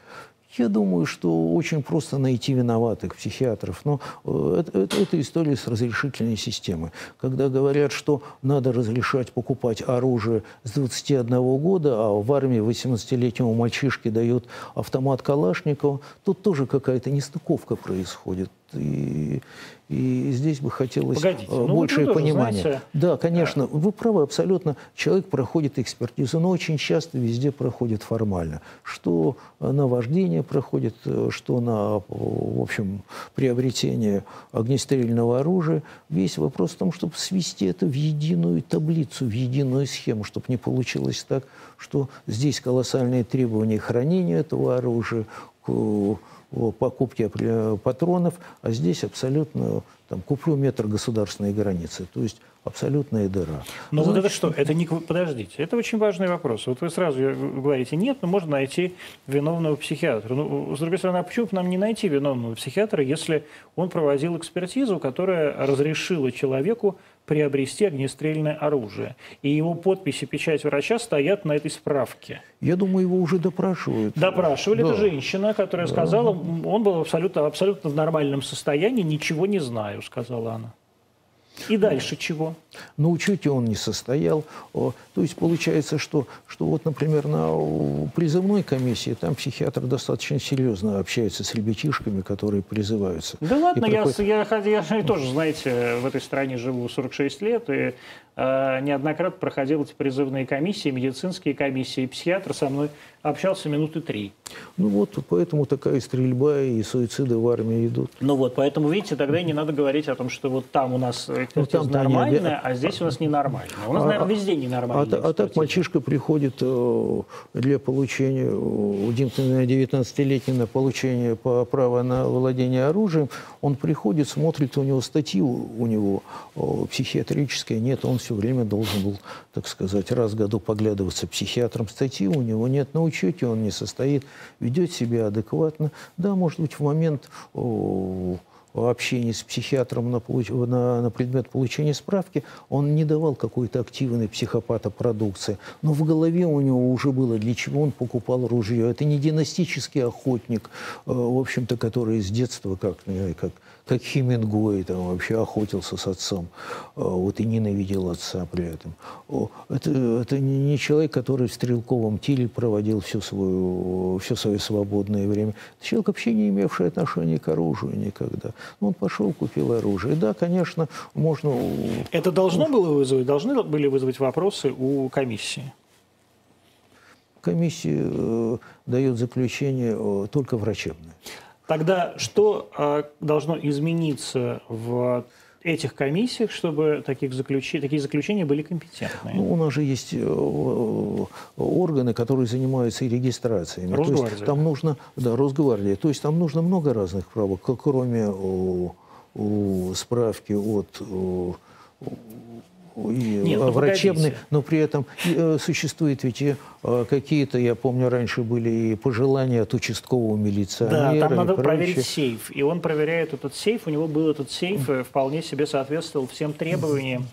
Я думаю, что очень просто найти виноватых психиатров. Но это история с разрешительной системой. Когда говорят, что надо разрешать покупать оружие с 21 года, а в армии 18-летнему мальчишке дают автомат Калашникова, тут тоже какая-то нестыковка происходит. И здесь бы хотелось большее понимание. Знаете... Да, конечно, вы правы абсолютно. Человек проходит экспертизу, но очень часто везде проходит формально. Что на вождение проходит, что на, в общем, приобретение огнестрельного оружия. Весь вопрос в том, чтобы свести это в единую таблицу, в единую схему, чтобы не получилось так, что здесь колоссальные требования к хранению этого оружия, к покупки патронов, а здесь абсолютно там, куплю метр государственной границы. То есть абсолютная дыра. Но вот это что? Это не... Подождите, это очень важный вопрос. Вот вы сразу говорите, нет, но можно найти виновного психиатра. Ну, с другой стороны, а почему бы нам не найти виновного психиатра, если он проводил экспертизу, которая разрешила человеку приобрести огнестрельное оружие? И его подпись и печать врача стоят на этой справке. Я думаю, его уже допрашивают. Допрашивали. Да. Это женщина, которая сказала, он был абсолютно в нормальном состоянии, ничего не знаю, сказала она. И дальше чего? На учете он не состоял. То есть получается, что вот, например, на призывной комиссии там психиатр достаточно серьезно общается с ребятишками, которые призываются. Да ладно, я тоже, знаете, в этой стране живу 46 лет, и неоднократно проходил эти призывные комиссии, медицинские комиссии, и психиатр со мной общался минуты 3. Ну вот, поэтому такая стрельба и суициды в армии идут. Ну вот, поэтому, видите, тогда и не надо говорить о том, что вот там у нас экспертиза нормальная, а здесь у нас ненормальная. У нас, наверное, везде ненормальная. А так мальчишка приходит для получения, 19-летний на получение права на владение оружием, он приходит, смотрит, у него статью, у него психиатрической нет, он все время должен был, так сказать, раз в году поглядываться психиатром, статьи у него нет, на учете он не состоит, ведет себя адекватно. Да, может быть, в момент общения с психиатром на предмет получения справки он не давал какой-то активной психопатопродукции, но в голове у него уже было, для чего он покупал ружье. Это не династический охотник, в общем-то, который с детства, как Хемингуэй, там вообще охотился с отцом, вот, и ненавидел отца при этом. Это не человек, который в стрелковом тире проводил все свое свободное время. Это человек, вообще не имевший отношения к оружию никогда. Он пошел, купил оружие. Да, конечно, можно... Это должны были вызвать вопросы у комиссии? Комиссия дает заключение только врачебное. Тогда что должно измениться в этих комиссиях, чтобы такие заключения были компетентные? Ну, у нас же есть органы, которые занимаются и регистрациями. Росгвардия. То есть там нужно, да, Росгвардия. То есть там нужно много разных правок, кроме справки от врачебной, но при этом существует ведь какие-то, я помню, раньше были и пожелания от участкового милиционера. Да, там надо проверить сейф. И он проверяет этот сейф. У него был этот сейф, вполне себе соответствовал всем требованиям.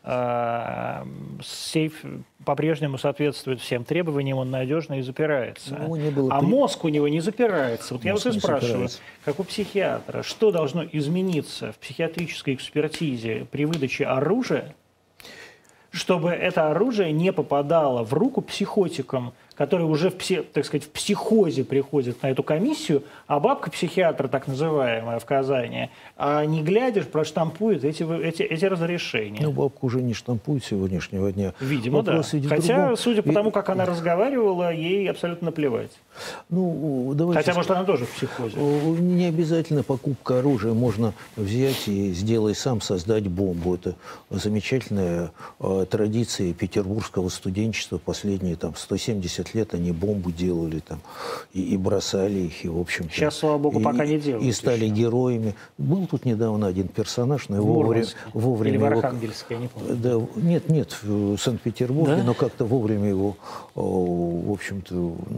Сейф по-прежнему соответствует всем требованиям, он надежно и запирается. Мозг у него не запирается. Вот я вас и спрашиваю, как у психиатра, что должно измениться в психиатрической экспертизе при выдаче оружия, чтобы это оружие не попадало в руку психотикам, которые уже так сказать, в психозе приходят на эту комиссию, а бабка-психиатр, так называемая в Казани, не глядя, проштампует эти разрешения. Ну, бабка уже не штампует сегодняшнего дня. Видимо, вопрос, да. Хотя, судя по тому, как она разговаривала, ей абсолютно наплевать. Ну, давайте... Хотя, может, она тоже в психозе. Не обязательно покупка оружия. Можно взять и сделай сам, создать бомбу. Это замечательная традиция петербургского студенчества. Последние 170 лет они бомбу делали там, и бросали их. И, в общем, сейчас, слава богу, пока не делают. И стали героями. Был тут недавно один персонаж, но его вовремя... Или в Архангельске, я не помню. Да, нет, в Санкт-Петербурге, да? Но как-то вовремя его, в общем-то,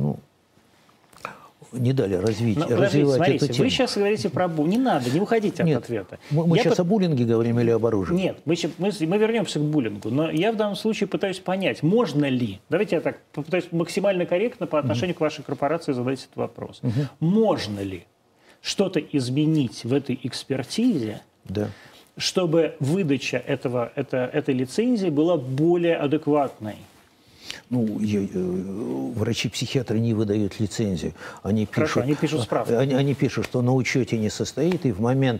не дали развивать смотрите, эту тему. Вы сейчас говорите про буллинг. Не надо, не уходите от ответа. Мы сейчас о буллинге говорим или об оружии? Нет, мы вернемся к буллингу. Но я в данном случае пытаюсь понять, можно ли, давайте я так попытаюсь максимально корректно по отношению к вашей корпорации задать этот вопрос. Можно ли что-то изменить в этой экспертизе, чтобы выдача этой лицензии была более адекватной? Врачи-психиатры не выдают лицензию. Они пишут справку. Они пишут, что на учете не состоит, и в момент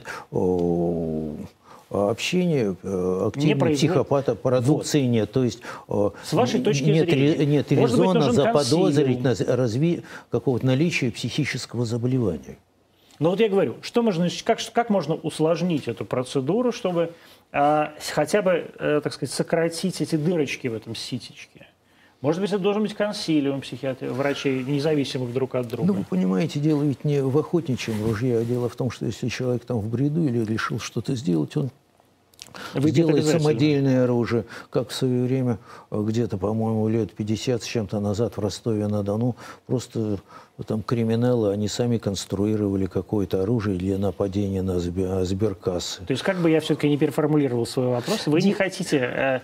общения активной психопатопродукции нет. То есть с вашей точки зрения, нет резона заподозрить какого-то наличия психического заболевания. Но вот я говорю, как можно усложнить эту процедуру, чтобы хотя бы, так сказать, сократить эти дырочки в этом ситечке? Может быть, это должен быть консилиум врачей, независимых друг от друга. Ну, вы понимаете, дело ведь не в охотничьем ружье, а дело в том, что если человек там в бреду или решил что-то сделать, он сделает самодельное оружие, как в свое время, где-то, по-моему, лет 50 с чем-то назад в Ростове-на-Дону, просто там криминалы, они сами конструировали какое-то оружие для нападения на сберкассы. То есть, как бы я все-таки не переформулировал свой вопрос, вы не хотите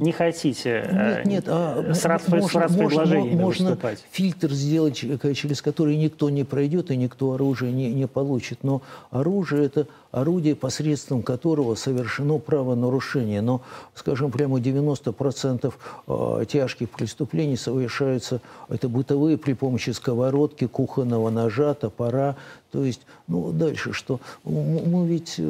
с предложениями выступать? Фильтр сделать, через который никто не пройдет и никто оружие не получит. Но оружие – это орудие, посредством которого совершено правонарушение. Но, скажем, прямо 90% тяжких преступлений совершаются, это бытовые при помощи сковородки, кухонного ножа, топора. То есть, ну, дальше что? Мы ведь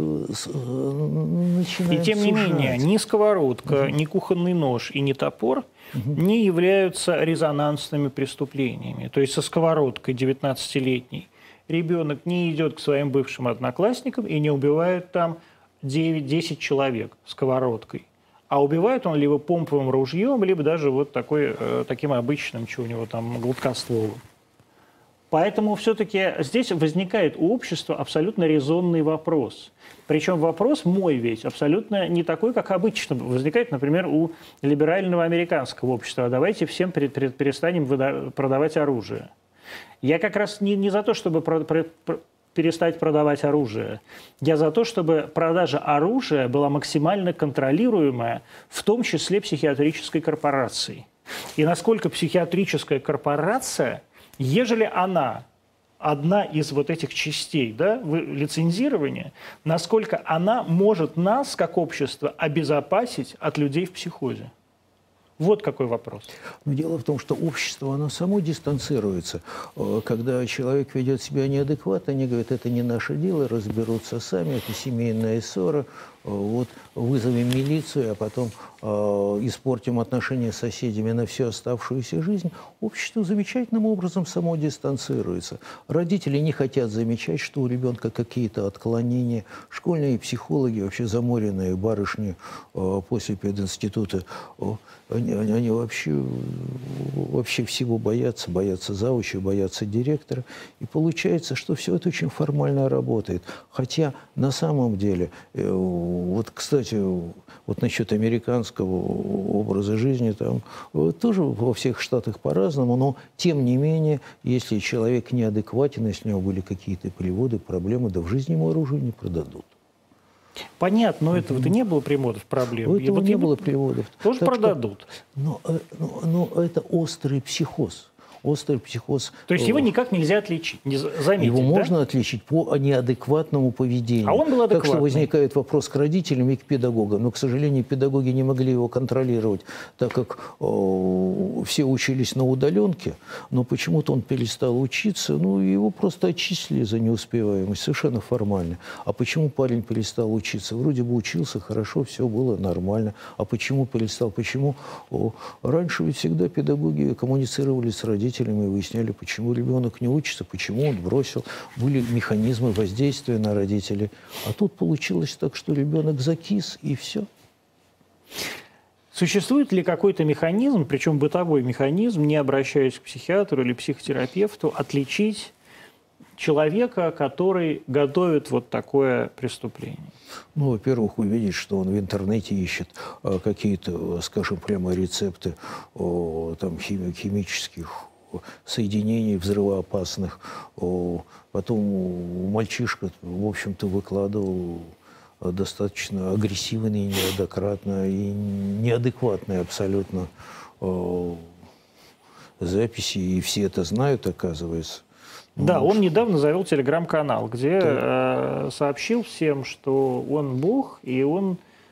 начинаем И тем не менее, ни сковородка, ни кухонный нож и ни топор не являются резонансными преступлениями. То есть со сковородкой 19-летний ребенок не идет к своим бывшим одноклассникам и не убивает там 9-10 человек сковородкой. А убивает он либо помповым ружьем, либо даже вот таким обычным, что у него там, гладкостволом. Поэтому все-таки здесь возникает у общества абсолютно резонный вопрос. Причем вопрос мой ведь абсолютно не такой, как обычно возникает, например, у либерального американского общества. А давайте всем перестанем продавать оружие. Я как раз не за то, чтобы перестать продавать оружие. Я за то, чтобы продажа оружия была максимально контролируемая, в том числе психиатрической корпорацией. И насколько психиатрическая корпорация, ежели она одна из вот этих частей, да, лицензирования, насколько она может нас, как общество, обезопасить от людей в психозе. Вот какой вопрос. Но дело в том, что общество, оно само дистанцируется. Когда человек ведет себя неадекватно, они говорят, это не наше дело, разберутся сами, это семейная ссора, вот вызовем милицию, а потом испортим отношения с соседями на всю оставшуюся жизнь. Общество замечательным образом само дистанцируется. Родители не хотят замечать, что у ребенка какие-то отклонения. Школьные психологи, вообще заморенные барышни после пединститута, они вообще всего боятся завуча, боятся директора. И получается, что все это очень формально работает. Хотя на самом деле, вот, кстати, вот насчет американского образа жизни, там тоже во всех штатах по-разному, но тем не менее, если человек неадекватен, если у него были какие-то приводы, проблемы, да в жизни ему оружие не продадут. Понятно, но этого-то не было приводов проблем. Этого не было приводов. Тоже продадут. Но это острый психоз. Острый психоз. То есть его никак нельзя отличить, заметить, его да? можно отличить по неадекватному поведению. А он был адекватный. Так что возникает вопрос к родителям и к педагогам. Но, к сожалению, педагоги не могли его контролировать, так как все учились на удаленке, но почему-то он перестал учиться, ну, его просто отчислили за неуспеваемость, совершенно формально. А почему парень перестал учиться? Вроде бы учился хорошо, все было нормально. А почему перестал? Почему? Раньше ведь всегда педагоги коммуницировали с родителями и выясняли, почему ребенок не учится, почему он бросил. Были механизмы воздействия на родителей. А тут получилось так, что ребенок закис, и все. Существует ли какой-то механизм, причем бытовой механизм, не обращаясь к психиатру или психотерапевту, отличить человека, который готовит вот такое преступление? Ну, во-первых, увидеть, что он в интернете ищет какие-то, скажем, прямо рецепты там, химических соединений взрывоопасных. Потом мальчишка, в общем-то, выкладывал достаточно агрессивные, неоднократно и неадекватные абсолютно записи, и все это знают, оказывается. Да, он недавно завел телеграм-канал, где сообщил всем, что он бог, и он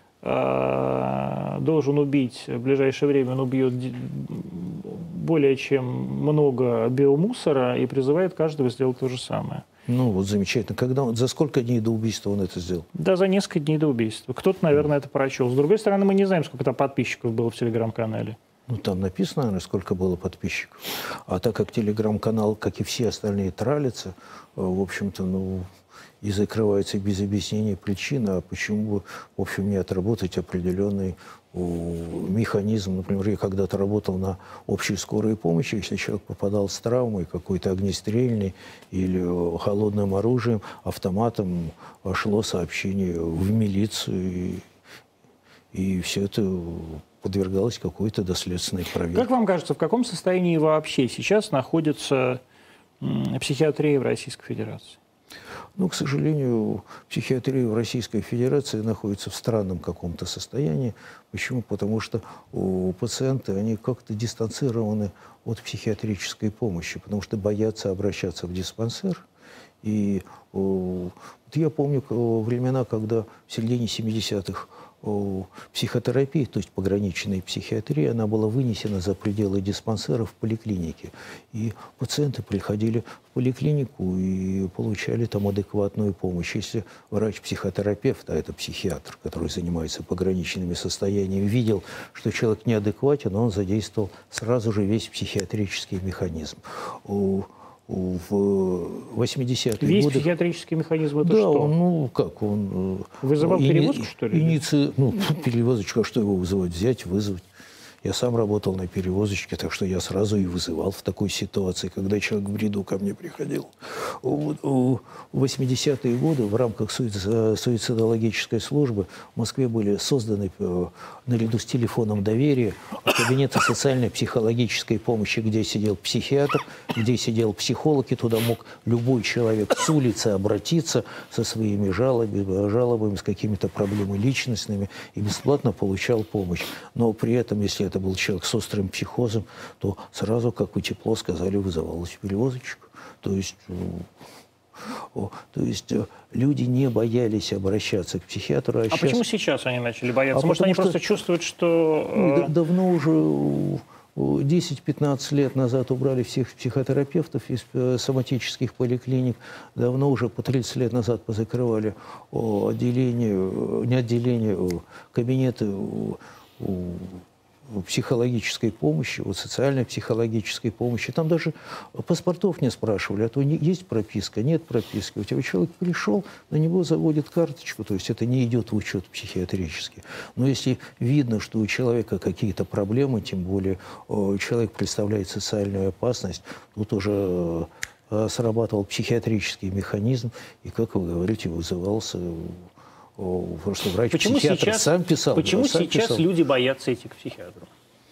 должен убить, в ближайшее время он убьет более чем много биомусора и призывает каждого сделать то же самое. Ну, вот замечательно. За сколько дней до убийства он это сделал? Да, за несколько дней до убийства. Кто-то, наверное, это прочел. С другой стороны, мы не знаем, сколько там подписчиков было в телеграм-канале. Ну, там написано, наверное, сколько было подписчиков. А так как телеграм-канал, как и все остальные, тралится, в общем-то, ну, и закрывается без объяснения причины, а почему бы, в общем, не отработать определенный механизм. Например, я когда-то работал на общей скорой помощи, если человек попадал с травмой какой-то огнестрельной или холодным оружием, автоматом шло сообщение в милицию, и все это подвергалось какой-то доследственной проверке. Как вам кажется, в каком состоянии вообще сейчас находится психиатрия в Российской Федерации? Ну, к сожалению, психиатрия в Российской Федерации находится в странном каком-то состоянии. Почему? Потому что пациенты, они как-то дистанцированы от психиатрической помощи, потому что боятся обращаться в диспансер. И вот я помню времена, когда в середине 70-х психотерапия, то есть пограничная психиатрия, она была вынесена за пределы диспансеров в поликлинике. И пациенты приходили в поликлинику и получали там адекватную помощь. Если врач-психотерапевт, а это психиатр, который занимается пограничными состояниями, видел, что человек неадекватен, он задействовал сразу же весь психиатрический механизм. В 80-е годы... Весь психиатрический механизм это да, что? Он Вызывал перевозку, что ли? Перевозочка, что его вызывать? Взять, вызвать. Я сам работал на перевозочке, так что я сразу и вызывал в такой ситуации, когда человек в бреду ко мне приходил. В 80-е годы в рамках суицидологической службы в Москве были созданы наряду с телефоном доверия кабинеты социальной психологической помощи, где сидел психиатр, где сидел психолог, и туда мог любой человек с улицы обратиться со своими жалобами, с какими-то проблемами личностными и бесплатно получал помощь. Но при этом, если это был человек с острым психозом, то сразу, как вы тепло сказали, вызывалась перевозочка. То есть люди не боялись обращаться к психиатру. А почему сейчас они начали бояться? Может, они просто чувствуют, что... Ну, давно уже... 10-15 лет назад убрали всех психотерапевтов из соматических поликлиник. Давно уже по 30 лет назад позакрывали кабинеты психологической помощи, социальной психологической помощи. Там даже паспортов не спрашивали, а то есть прописка, нет прописки. У тебя человек пришел, на него заводят карточку, то есть это не идет в учет психиатрически. Но если видно, что у человека какие-то проблемы, тем более человек представляет социальную опасность, тут уже срабатывал психиатрический механизм, и, как вы говорите, вызывался... Просто врач-психиатр сам писал. Почему сейчас люди боятся идти к психиатру?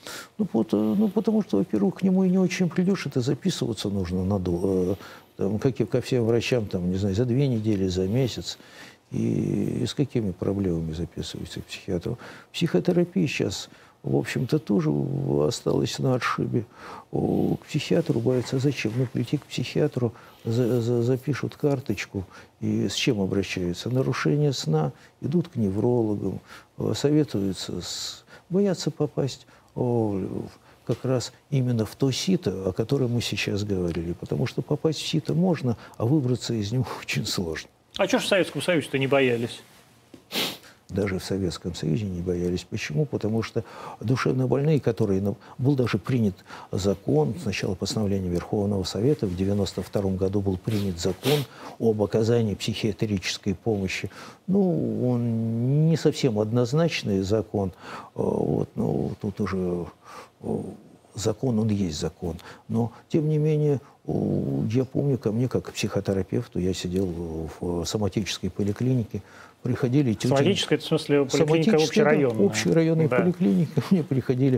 Потому что, во-первых, к нему и не очень придешь, это записываться нужно надолго. Как и ко всем врачам, там, не знаю, за 2 недели, за месяц. И с какими проблемами записываются к психиатру? Психотерапия сейчас, в общем-то, тоже осталась на отшибе. К психиатру боятся. Зачем? Прийти к психиатру, запишут карточку, и с чем обращаются? Нарушение сна, идут к неврологам, советуются, боятся попасть как раз именно в то сито, о котором мы сейчас говорили. Потому что попасть в сито можно, а выбраться из него очень сложно. А что ж в Советском Союзе-то не боялись? Даже в Советском Союзе не боялись. Почему? Потому что душевно больные, которые... Был даже принят закон, сначала постановление Верховного Совета, в 1992 году был принят закон об оказании психиатрической помощи. Он не совсем однозначный закон. Тут уже закон, он есть закон. Но, тем не менее, я помню, ко мне, как к психотерапевту, я сидел в соматической поликлинике, приходили тетеньки... Соматическая, это в смысле поликлиника общерайонная? Да, общерайонная поликлиника. Мне приходили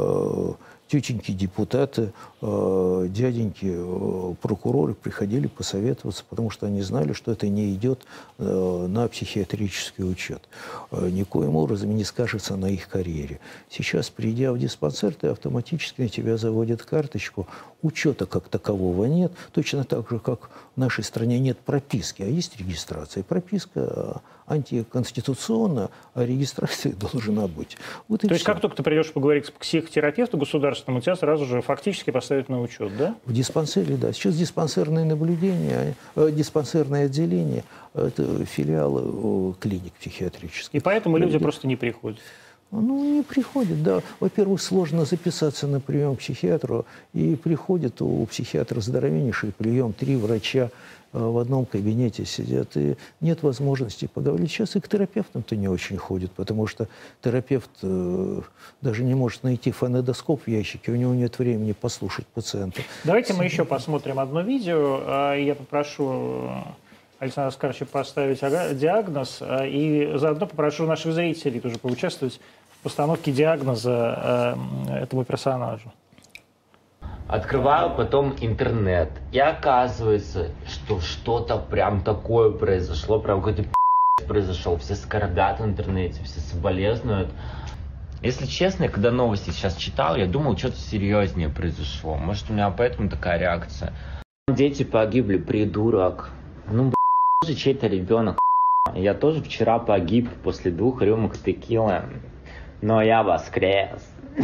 тетеньки-депутаты, дяденьки, прокуроры, приходили посоветоваться, потому что они знали, что это не идет на психиатрический учет. Никоим образом не скажется на их карьере. Сейчас, придя в диспансер, ты автоматически на тебя заводят карточку. Учета как такового нет. Точно так же, как в нашей стране нет прописки, а есть регистрация. Прописка антиконституционна, а регистрация должна быть. Вот То есть как только ты придешь поговорить с психотерапевтом государственным, тебя сразу же фактически поставят на учет, да? В диспансере, да. Сейчас диспансерное наблюдение, диспансерное отделение – это филиалы клиник психиатрических. И поэтому люди просто не приходят. Ну, не приходит, да. Во-первых, сложно записаться на прием к психиатру, и приходит у психиатра здоровеннейший прием, 3 врача в одном кабинете сидят, и нет возможности поговорить. Сейчас и к терапевтам-то не очень ходит, потому что терапевт даже не может найти фонендоскоп в ящике, у него нет времени послушать пациента. Давайте мы еще посмотрим одно видео. Я попрошу Александра Оскаровича поставить диагноз, и заодно попрошу наших зрителей тоже поучаствовать в постановке диагноза этому персонажу. Открываю потом интернет, и оказывается, что что-то прям такое произошло, прям какой-то произошел, все скорбят в интернете, все соболезнуют. Если честно, я когда новости сейчас читал, я думал, что-то серьезнее произошло. Может, у меня поэтому такая реакция. Дети погибли, придурок. Ну, же чей-то ребенок. Я тоже вчера погиб после 2 рюмок текилы, но я воскрес.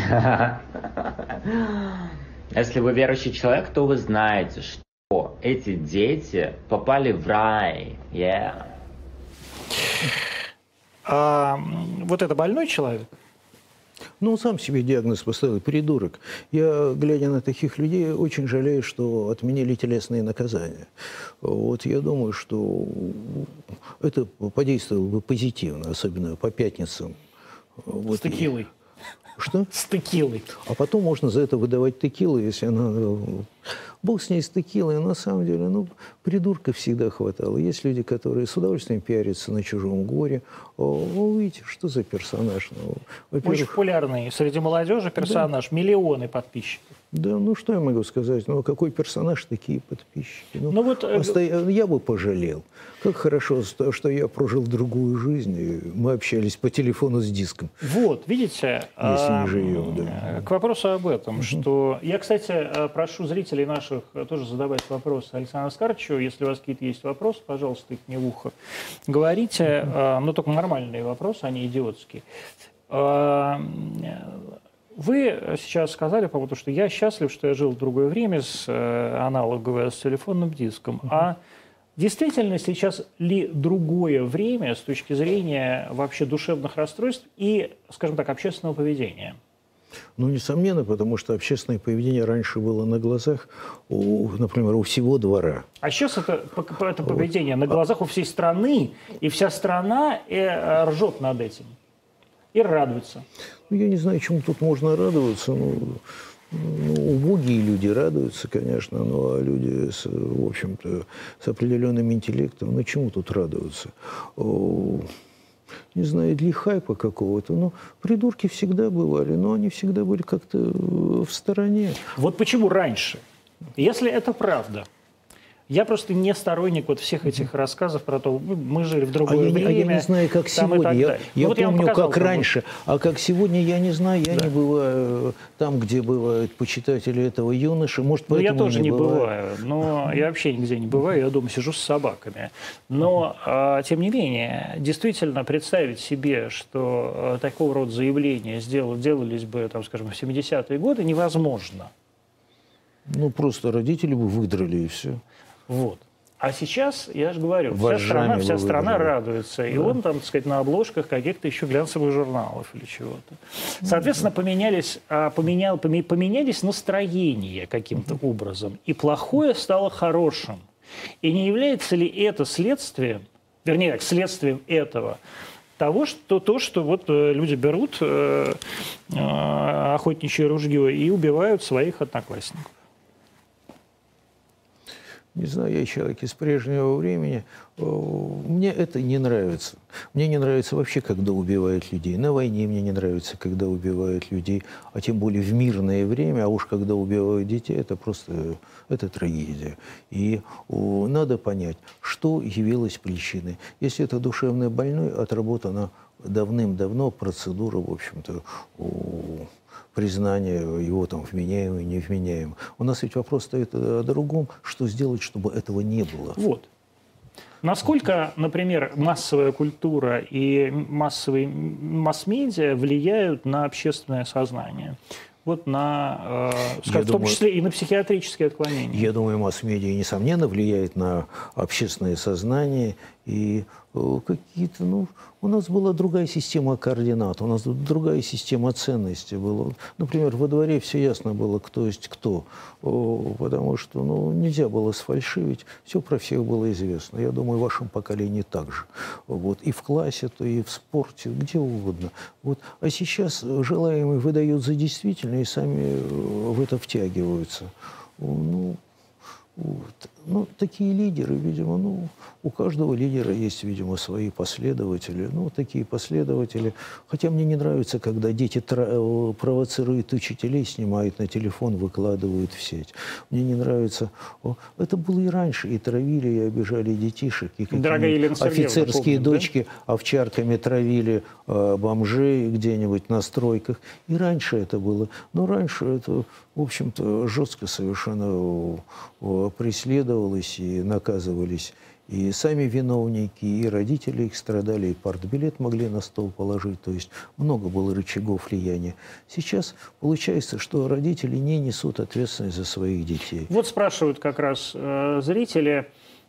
Если вы верующий человек, то вы знаете, что эти дети попали в рай. Вот это больной человек? Ну, он сам себе диагноз поставил, придурок. Я, глядя на таких людей, очень жалею, что отменили телесные наказания. Вот я думаю, что это подействовало бы позитивно, особенно по пятницам. Вот. С текилой. Что? С текилой. А потом можно за это выдавать текилу, если она... Бог с ней, с текилой. На самом деле, ну, придурков всегда хватало. Есть люди, которые с удовольствием пиарятся на чужом горе. Вы видите, что за персонаж? Ну, очень популярный среди молодежи персонаж. Да. Миллионы подписчиков. Да, ну что я могу сказать? Ну, какой персонаж, такие подписчики. Ну, вот, я бы пожалел. Как хорошо, что я прожил другую жизнь, и мы общались по телефону с диском. Вот, видите? Если не живем, да. К вопросу об этом, что... Я, кстати, прошу зрителей наших тоже задавать вопросы Александру Оскаровичу. Если у вас какие-то есть вопросы, пожалуйста, их мне в ухо говорите. Но только нормальные вопросы, а не идиотские. Вы сейчас сказали по поводу, что я счастлив, что я жил в другое время с аналоговой, с телефонным диском. А действительно сейчас ли другое время с точки зрения вообще душевных расстройств и, скажем так, общественного поведения? Ну, несомненно, потому что общественное поведение раньше было на глазах, например, у всего двора. А сейчас это поведение на глазах у всей страны, и вся страна ржет над этим и радуется. Ну, я не знаю, чему тут можно радоваться. Убогие люди радуются, конечно, а люди, в общем-то, с определенным интеллектом, чему тут радоваться? Не знаю, для хайпа какого-то. Но придурки всегда бывали, но они всегда были как-то в стороне. Вот почему раньше? Если это правда. Я просто не сторонник вот всех этих рассказов про то, мы жили в другое время. Я не знаю, как сегодня. Я помню, как раньше. А как сегодня, я не знаю. Я не бываю там, где бывают почитатели этого юноши. Может, поэтому я тоже не бываю. Но я вообще нигде не бываю. Я дома сижу с собаками. Но, тем не менее, действительно представить себе, что такого рода заявления делались бы, там, скажем, в 70-е годы, невозможно. Ну, просто родители бы выдрали, и все. Вот. А сейчас, я же говорю, вся страна радуется. Да. И он там, так сказать, на обложках каких-то еще глянцевых журналов или чего-то. Соответственно, поменялись настроения каким-то образом. И плохое стало хорошим. И не является ли это следствием, вернее, следствием этого, того, что вот люди берут охотничье ружье и убивают своих одноклассников? Не знаю, я человек из прежнего времени. Мне это не нравится. Мне не нравится вообще, когда убивают людей. На войне мне не нравится, когда убивают людей. А тем более в мирное время, а уж когда убивают детей, это просто трагедия. И надо понять, что явилось причиной. Если это душевно больной, отработана давным-давно процедура, в общем-то, признание его там вменяемым, невменяемым. У нас ведь вопрос стоит о другом, что сделать, чтобы этого не было. Вот. Насколько, например, массовая культура и массовые масс-медиа влияют на общественное сознание? Вот на, в том числе и на психиатрические отклонения. Я думаю, масс-медиа, несомненно, влияет на общественное сознание. И какие-то, ну, у нас была другая система координат, у нас другая система ценностей была. Например, во дворе все ясно было, кто есть кто, потому что, ну, нельзя было сфальшивить, все про всех было известно. Я думаю, в вашем поколении также. Вот. И в классе, то и в спорте, где угодно. Вот. А сейчас желаемые выдают за действительное и сами в это втягиваются. Ну, вот. Ну, такие лидеры, видимо, ну, у каждого лидера есть, видимо, свои последователи. Ну, такие последователи. Хотя мне не нравится, когда дети провоцируют учителей, снимают на телефон, выкладывают в сеть. Мне не нравится. Это было и раньше. И травили, и обижали детишек. И офицерские дочки овчарками травили бомжей где-нибудь на стройках. И раньше это было. Но раньше это, в общем-то, жестко совершенно преследовалось и наказывались и сами виновники, и родители их страдали, и партбилет могли на стол положить. То есть много было рычагов влияния. Сейчас получается, что родители не несут ответственность за своих детей. Вот спрашивают как раз зрители,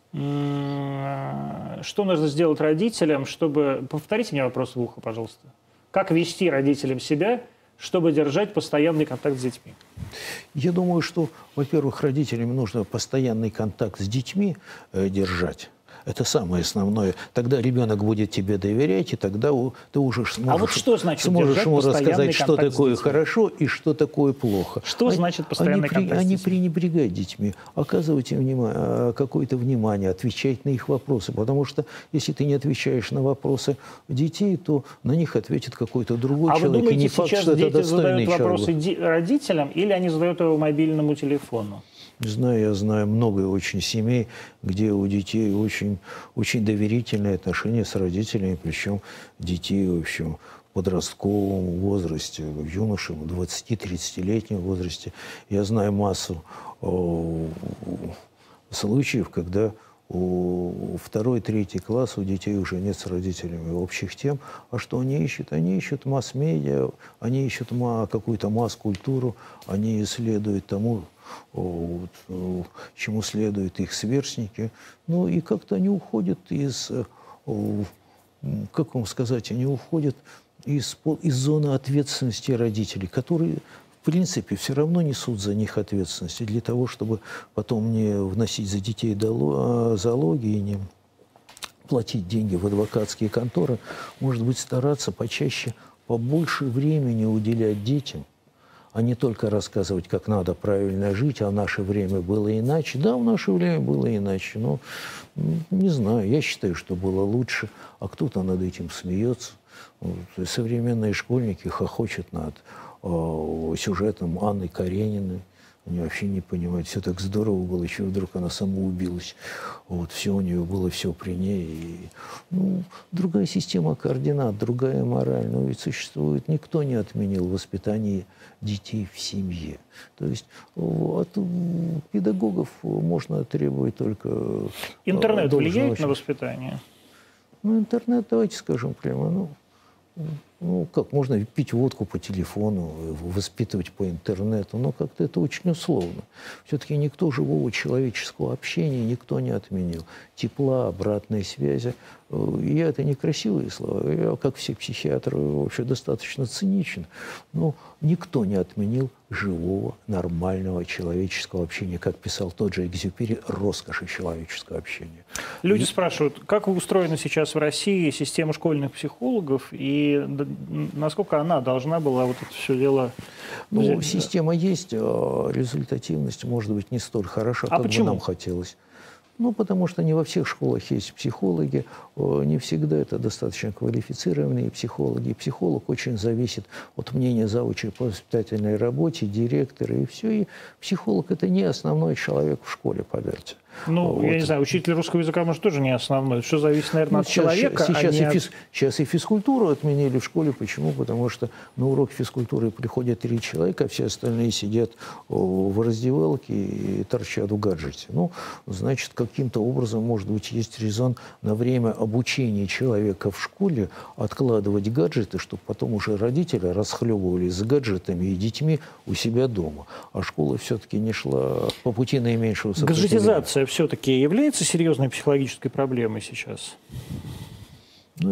что нужно сделать родителям, чтобы... Повторите мне вопрос в ухо, пожалуйста. Как вести родителям себя, чтобы держать постоянный контакт с детьми? Я думаю, что, во-первых, родителям нужно постоянный контакт с детьми держать. Это самое основное. Тогда ребенок будет тебе доверять, и тогда ты уже сможешь ему рассказать, что такое хорошо и что такое плохо. Что значит постоянный контакт с детьми? Не пренебрегать детьми, оказывать им какое-то внимание, отвечать на их вопросы. Потому что если ты не отвечаешь на вопросы детей, то на них ответит какой-то другой человек. А вы думаете, и не факт, сейчас что дети это задают человек. вопросы родителям или они задают его мобильному телефону? Не знаю, я знаю много очень семей, где у детей очень, очень доверительные отношения с родителями, причем детей, в общем, в подростковом возрасте, в юношем, в 20-30-летнем возрасте. Я знаю массу случаев, когда у 2-3 класс у детей уже нет с родителями общих тем. А что они ищут? Они ищут масс-медиа, они ищут какую-то масс-культуру, они исследуют тому, чему следуют их сверстники. Ну и как-то они уходят из, как вам сказать, они уходят из зоны ответственности родителей, которые, в принципе, все равно несут за них ответственность. И для того, чтобы потом не вносить за детей залоги и не платить деньги в адвокатские конторы, может быть, стараться почаще, побольше времени уделять детям, а не только рассказывать, как надо правильно жить, а в наше время было иначе. Да, в наше время было иначе, но не знаю, я считаю, что было лучше, а кто-то над этим смеется. Вот. Современные школьники хохочут над сюжетом Анны Карениной. Они вообще не понимают, все так здорово было, чего вдруг она самоубилась. Вот, все у нее было, все при ней. И, ну, другая система координат, другая мораль. Но ведь существует, никто не отменил воспитание детей в семье. То есть от педагогов можно требовать только... Интернет влияет на воспитание? Ну, интернет, давайте скажем прямо, ну, как можно пить водку по телефону, воспитывать по интернету, но как-то это очень условно. Все-таки никто живого человеческого общения никто не отменил. Тепла, обратной связи. Я это не красивые слова, я, как все психиатры, вообще достаточно циничен, но никто не отменил живого, нормального человеческого общения, как писал тот же Экзюпери, роскоши человеческого общения. Люди спрашивают, как устроена сейчас в России система школьных психологов и насколько она должна была вот это все дело... Ну, система есть, а результативность может быть не столь хороша, как бы нам хотелось. Ну, потому что не во всех школах есть психологи, не всегда это достаточно квалифицированные психологи. Психолог очень зависит от мнения завуча по воспитательной работе, директора и все. И психолог – это не основной человек в школе, поверьте. Ну, вот. Я не знаю, учитель русского языка, может, тоже не основной. Все зависит, наверное, от человека. Сейчас и физкультуру отменили в школе. Почему? Потому что на урок физкультуры приходят 3 человека, а все остальные сидят в раздевалке и торчат в гаджете. Ну, значит, каким-то образом, может быть, есть резон на время обучения человека в школе откладывать гаджеты, чтобы потом уже родители расхлебывались с гаджетами и детьми у себя дома. А школа все-таки не шла по пути наименьшего сопротивления. Гаджетизация все-таки является серьезной психологической проблемой сейчас? Ну,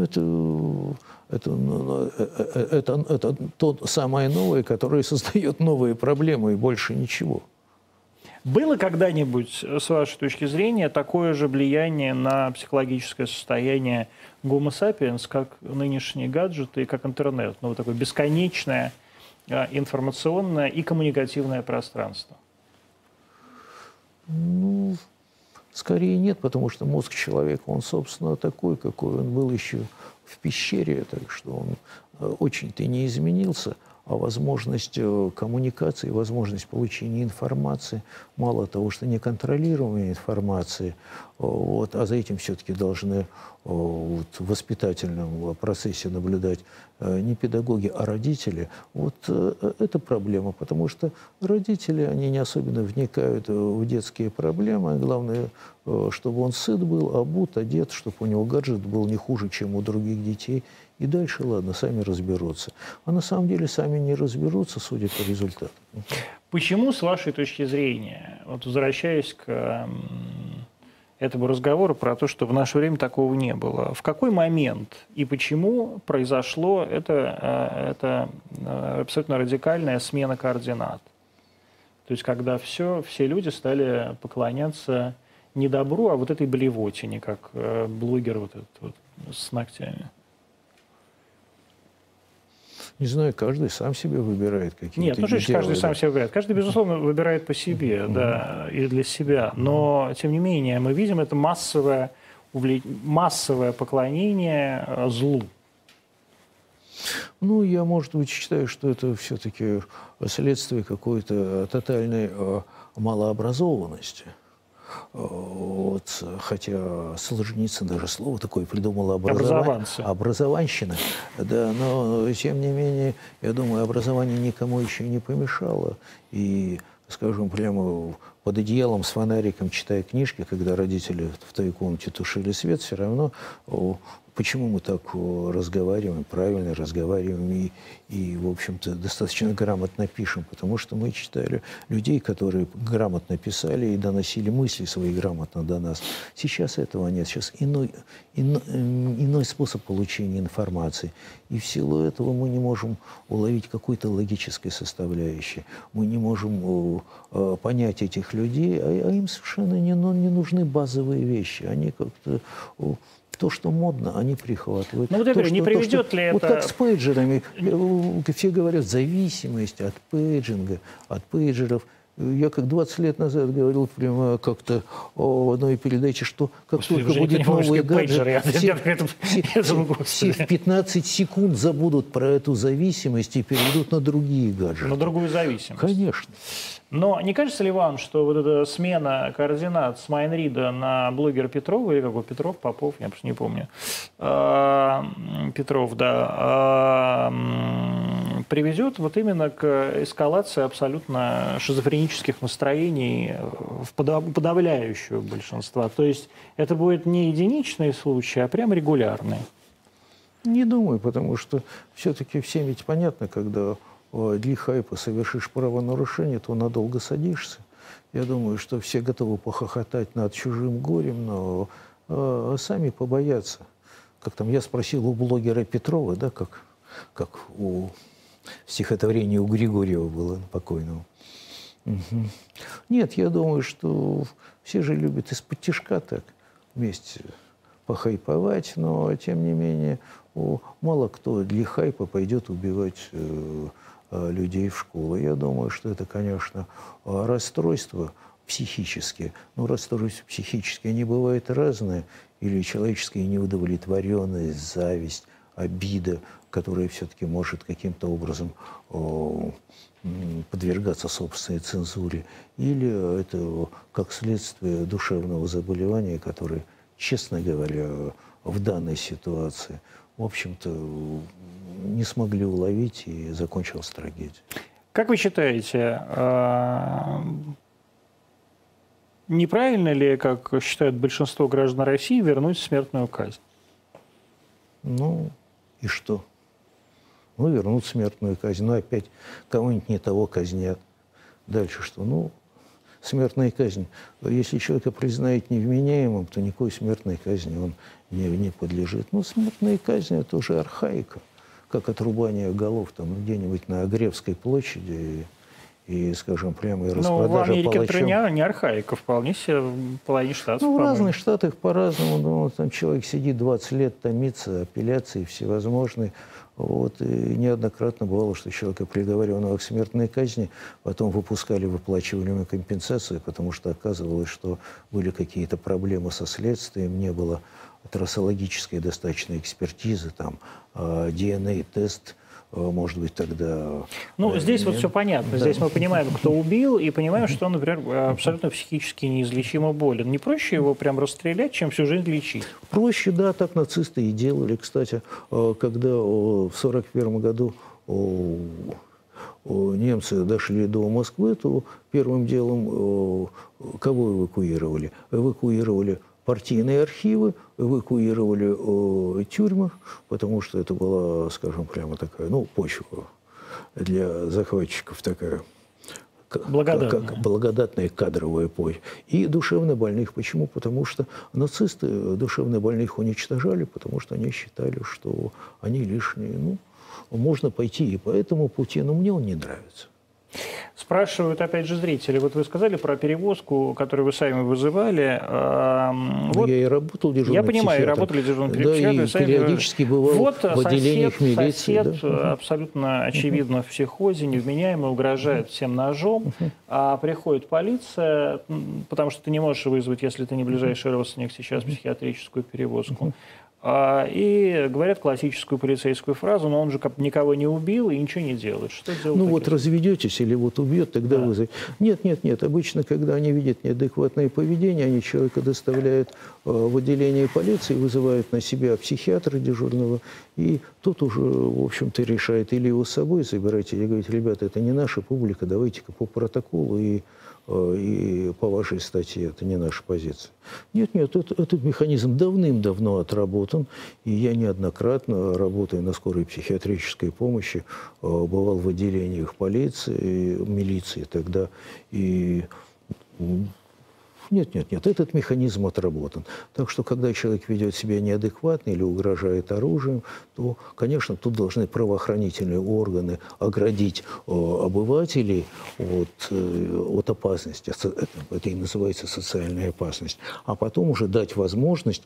это то самое новое, которое создает новые проблемы, и больше ничего. Было когда-нибудь, с вашей точки зрения, такое же влияние на психологическое состояние Homo sapiens, как нынешние гаджеты и как интернет? Ну, вот такое бесконечное информационное и коммуникативное пространство. Ну, скорее нет, потому что мозг человека, он, собственно, такой, какой он был еще в пещере, так что он очень-то и не изменился. А возможность коммуникации, возможность получения информации, мало того, что неконтролируемой информации, вот, а за этим все-таки должны вот, в воспитательном процессе наблюдать не педагоги, а родители. Вот это проблема, потому что родители, они не особенно вникают в детские проблемы. Главное, чтобы он сыт был, обут, одет, чтобы у него гаджет был не хуже, чем у других детей. И дальше, ладно, сами разберутся. А на самом деле сами не разберутся, судя по результатам. Почему, с вашей точки зрения, вот возвращаясь к этому разговору про то, что в наше время такого не было, в какой момент и почему произошло это абсолютно радикальная смена координат? То есть когда все люди стали поклоняться не добру, а вот этой блевотине, как блогер вот этот вот с ногтями. Не знаю, каждый сам себе выбирает какие-то Нет, ну что каждый сам себе выбирает. Каждый, безусловно, выбирает по себе, да, и для себя. Но, тем не менее, мы видим это массовое поклонение злу. Ну, я, может быть, считаю, что это все-таки следствие какой-то тотальной малообразованности. Вот, хотя Солженицын даже слово такое придумал, образованщина. Да, но, тем не менее, я думаю, образование никому еще не помешало. И, скажем, прямо под одеялом с фонариком, читая книжки, когда родители в той комнате тушили свет, все равно почему мы так разговариваем, правильно разговариваем и, в общем-то, достаточно грамотно пишем? Потому что мы читали людей, которые грамотно писали и доносили мысли свои грамотно до нас. Сейчас этого нет. Сейчас иной способ получения информации. И в силу этого мы не можем уловить какой-то логической составляющей. Мы не можем понять этих людей, а им совершенно не нужны базовые вещи. Они как-то... То, что модно, они прихватывают. Ну, вот я говорю, не приведет ли это... Вот как с пейджерами. Все говорят, зависимость от пейджинга, от пейджеров. Я как 20 лет назад говорил прямо как-то в одной передаче, что как только будет новый гаджет, все в 15 секунд забудут про эту зависимость и перейдут на другие гаджеты. На другую зависимость. Конечно. Но не кажется ли вам, что вот эта смена координат с Майнрида на блогера Петрова, или какой Петров, Попов, я просто не помню, Петров, да, приведет вот именно к эскалации абсолютно шизофренических настроений в подавляющего большинства? То есть это будет не единичные случаи, а прям регулярные? Не думаю, потому что все-таки всем ведь понятно, когда для хайпа совершишь правонарушение, то надолго садишься. Я думаю, что все готовы похохотать над чужим горем, но сами побоятся. Как там я спросил у блогера Петрова, да, как у стихотворения у Григорьева было покойного. Угу. Нет, я думаю, что все же любят из-под тишка так вместе похайповать, но, тем не менее, мало кто для хайпа пойдет убивать людей в школу. Я думаю, что это, конечно, расстройства психические. Но расстройства психические, они бывают разные. Или человеческая неудовлетворенность, зависть, обида, которая все-таки может каким-то образом подвергаться собственной цензуре. Или это как следствие душевного заболевания, которое, честно говоря, в данной ситуации, в общем-то, не смогли уловить, и закончилась трагедия. Как вы считаете, неправильно ли, как считают большинство граждан России, вернуть смертную казнь? Ну, и что? Ну, вернут смертную казнь. Ну, опять кого-нибудь не того казнят. Дальше что? Ну, смертная казнь. Если человека признают невменяемым, то никакой смертной казни он не подлежит. Но смертная казнь – это уже архаика, как отрубание голов там где-нибудь на Гревской площади и, скажем, прямо и распродажа в Америке палачом. это не архаика, вполне себе в половине штатов. Ну, в разных штатах по-разному. Ну, там человек сидит 20 лет, томится, апелляции всевозможные. Вот, и неоднократно бывало, что человека приговаривали к смертной казни, потом выпускали выплачиваемую компенсацию, потому что оказывалось, что были какие-то проблемы со следствием, не было трассологической достаточной экспертизы, там, DNA-тест, может быть, тогда... Ну, здесь вот все понятно. Да. Здесь мы понимаем, кто убил, и понимаем, что он, например, абсолютно психически неизлечимо болен. Не проще его прям расстрелять, чем всю жизнь лечить? Проще, да, так нацисты и делали. Кстати, когда в 1941 году немцы дошли до Москвы, то первым делом кого эвакуировали? Эвакуировали партийные архивы, эвакуировали тюрьмы, потому что это была, скажем, прямо такая, ну, почва для захватчиков такая. Благодатная кадровая почва. И душевнобольных. Почему? Потому что нацисты душевнобольных уничтожали, потому что они считали, что они лишние. Ну, можно пойти и по этому пути, но мне он не нравится. Спрашивают, опять же, зрители. Вот вы сказали про перевозку, которую вы сами вызывали. Вот, я и работал дежурным психиатром. Я понимаю, и работали дежурным психиатром. Да, и периодически бывал вот в отделениях милиции. Сосед да? Абсолютно очевидно в психозе, невменяемый, угрожает всем ножом. А приходит полиция, потому что ты не можешь вызвать, если ты не ближайший родственник, сейчас психиатрическую перевозку. И говорят классическую полицейскую фразу, но он же никого не убил и ничего не делает. Что делать? Ну вот разведетесь или вот убьет, тогда да. Вызовите. Нет. Обычно, когда они видят неадекватное поведение, они человека доставляют в отделение полиции, вызывают на себя психиатра дежурного, и тот уже, в общем-то, решает или его с собой забирать, или говорит, ребята, это не наша публика, давайте-ка по протоколу и по вашей статье, это не наша позиция. Нет, этот механизм давным-давно отработан, и я неоднократно, работая на скорой психиатрической помощи, бывал в отделениях полиции, милиции тогда, и... Нет, этот механизм отработан. Так что, когда человек ведет себя неадекватно или угрожает оружием, то, конечно, тут должны правоохранительные органы оградить обывателей от опасности. Это и называется социальная опасность. А потом уже дать возможность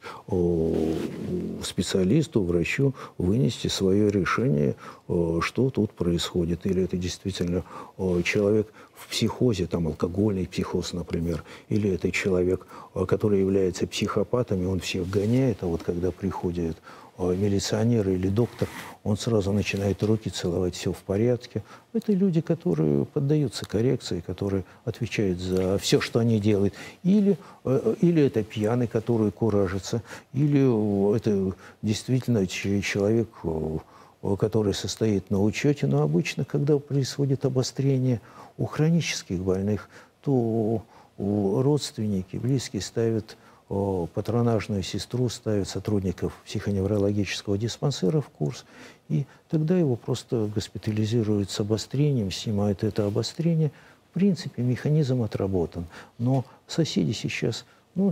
специалисту, врачу вынести свое решение, что тут происходит. Или это действительно человек в психозе, там алкогольный психоз, например, или это человек, который является психопатом, и он всех гоняет, а вот когда приходит милиционер или доктор, он сразу начинает руки целовать, все в порядке. Это люди, которые поддаются коррекции, которые отвечают за все, что они делают. Или это пьяный, который куражится, или это действительно человек, который состоит на учете. Но обычно, когда происходит обострение у хронических больных, то родственники, близкие ставят патронажную сестру, ставят сотрудников психоневрологического диспансера в курс, и тогда его просто госпитализируют с обострением, снимают это обострение. В принципе, механизм отработан. Но соседи сейчас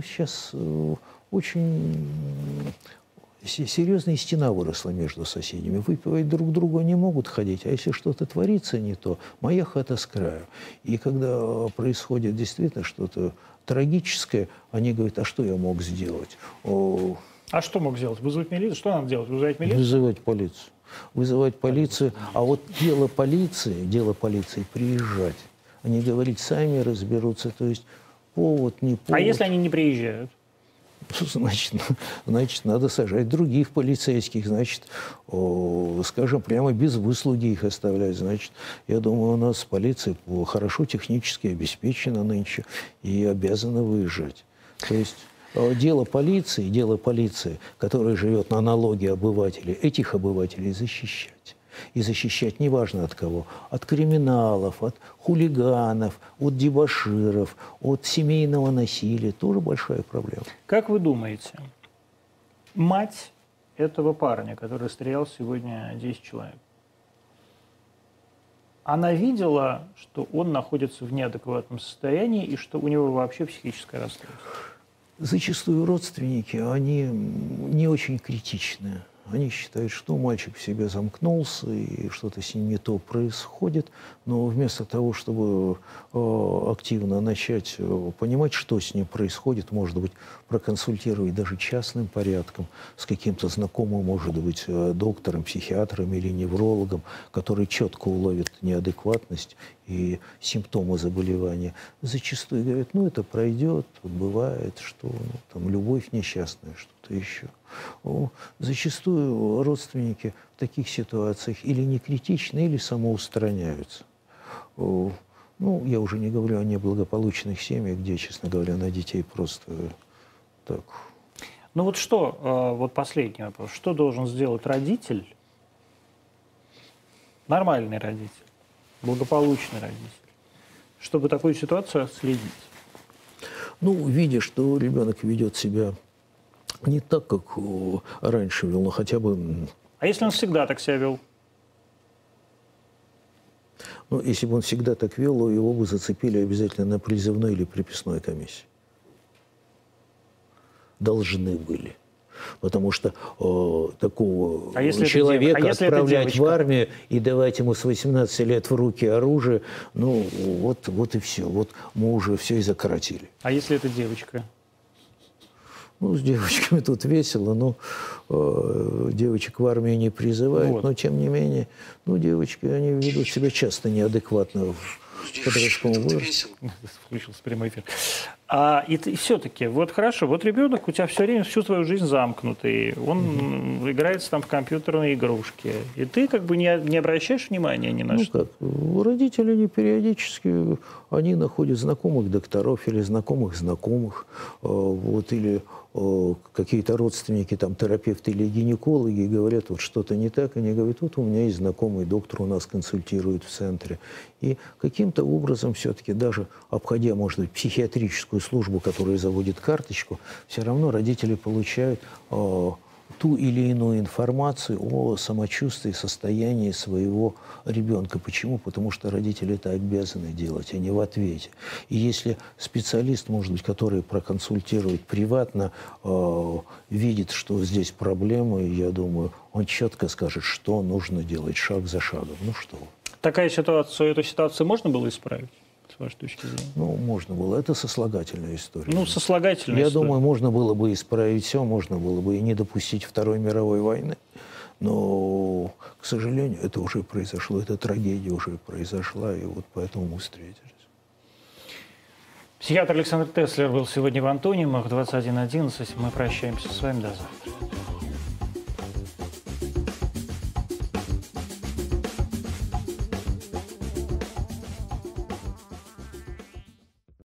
очень... Серьезная стена выросла между соседями. Выпивать друг друга не могут ходить, а если что-то творится не то, моя хата с краю. И когда происходит действительно что-то трагическое, они говорят, а что я мог сделать? А что мог сделать? Вызвать милицию? Что надо делать? Вызывать милицию? Вызывать полицию. Вызывать полицию. А вот дело полиции приезжать. Они говорить, сами разберутся. То есть повод, не повод. А если они не приезжают? Значит, надо сажать других полицейских, значит, скажем, прямо без выслуги их оставлять. Значит, я думаю, у нас полиция хорошо технически обеспечена нынче и обязана выезжать. То есть дело полиции, которая живет на налоги обывателей, этих обывателей защищать. И защищать неважно от кого. От криминалов, от хулиганов, от дебоширов, от семейного насилия. Тоже большая проблема. Как вы думаете, мать этого парня, который стрелял сегодня 10 человек, она видела, что он находится в неадекватном состоянии и что у него вообще психическое расстройство? Зачастую родственники, они не очень критичны. Они считают, что мальчик в себе замкнулся, и что-то с ним не то происходит. Но вместо того, чтобы активно начать понимать, что с ним происходит, может быть, проконсультировать даже частным порядком с каким-то знакомым, может быть, доктором, психиатром или неврологом, который четко уловит неадекватность и симптомы заболевания. Зачастую говорят, ну, это пройдет, бывает, что там любовь несчастная, что-то еще. Зачастую родственники в таких ситуациях или не критичны, или самоустраняются. Ну, я уже не говорю о неблагополучных семьях, где, честно говоря, на детей просто так. Ну вот что, вот последний вопрос, что должен сделать родитель, нормальный родитель, благополучный родитель, чтобы такую ситуацию отследить? Ну, видя, что ребенок ведет себя не так, как раньше вел, но хотя бы... А если он всегда так себя вел? Ну, если бы он всегда так вел, его бы зацепили обязательно на призывной или приписной комиссии. Должны были. Потому что такого человека отправлять в армию и давать ему с 18 лет в руки оружие, ну, вот и все. Вот мы уже все и закоротили. А если это девочка? Ну, с девочками тут весело, но девочек в армию не призывают. Вот. Но, тем не менее, ну, девочки, они ведут себя часто неадекватно в подростковом возрасте. Включился прямой эфир. И все-таки, вот хорошо, вот ребенок у тебя все время, всю твою жизнь замкнутый, он играется там в компьютерные игрушки, и ты как бы не обращаешь внимания ни на что? Ну как, родители не периодически, они находят знакомых докторов или знакомых, вот, или какие-то родственники, там, терапевты или гинекологи, говорят, вот что-то не так, они говорят, вот у меня есть знакомый доктор, у нас консультирует в центре. И каким-то образом все-таки, даже обходя, может быть, психиатрическую службу, которая заводит карточку, все равно родители получают ту или иную информацию о самочувствии, состоянии своего ребенка. Почему? Потому что родители это обязаны делать, а не в ответе. И если специалист, может быть, который проконсультирует приватно, видит, что здесь проблемы, я думаю, он четко скажет, что нужно делать шаг за шагом. Ну что? Эту ситуацию можно было исправить? С вашей точки зрения? Ну, можно было. Это сослагательная история. Ну, сослагательная история. Я думаю, можно было бы исправить все, можно было бы и не допустить Второй мировой войны. Но, к сожалению, это уже произошло, эта трагедия уже произошла, и вот поэтому мы встретились. Психиатр Александр Теслер был сегодня в Антонимах, 21:11. Мы прощаемся с вами до завтра.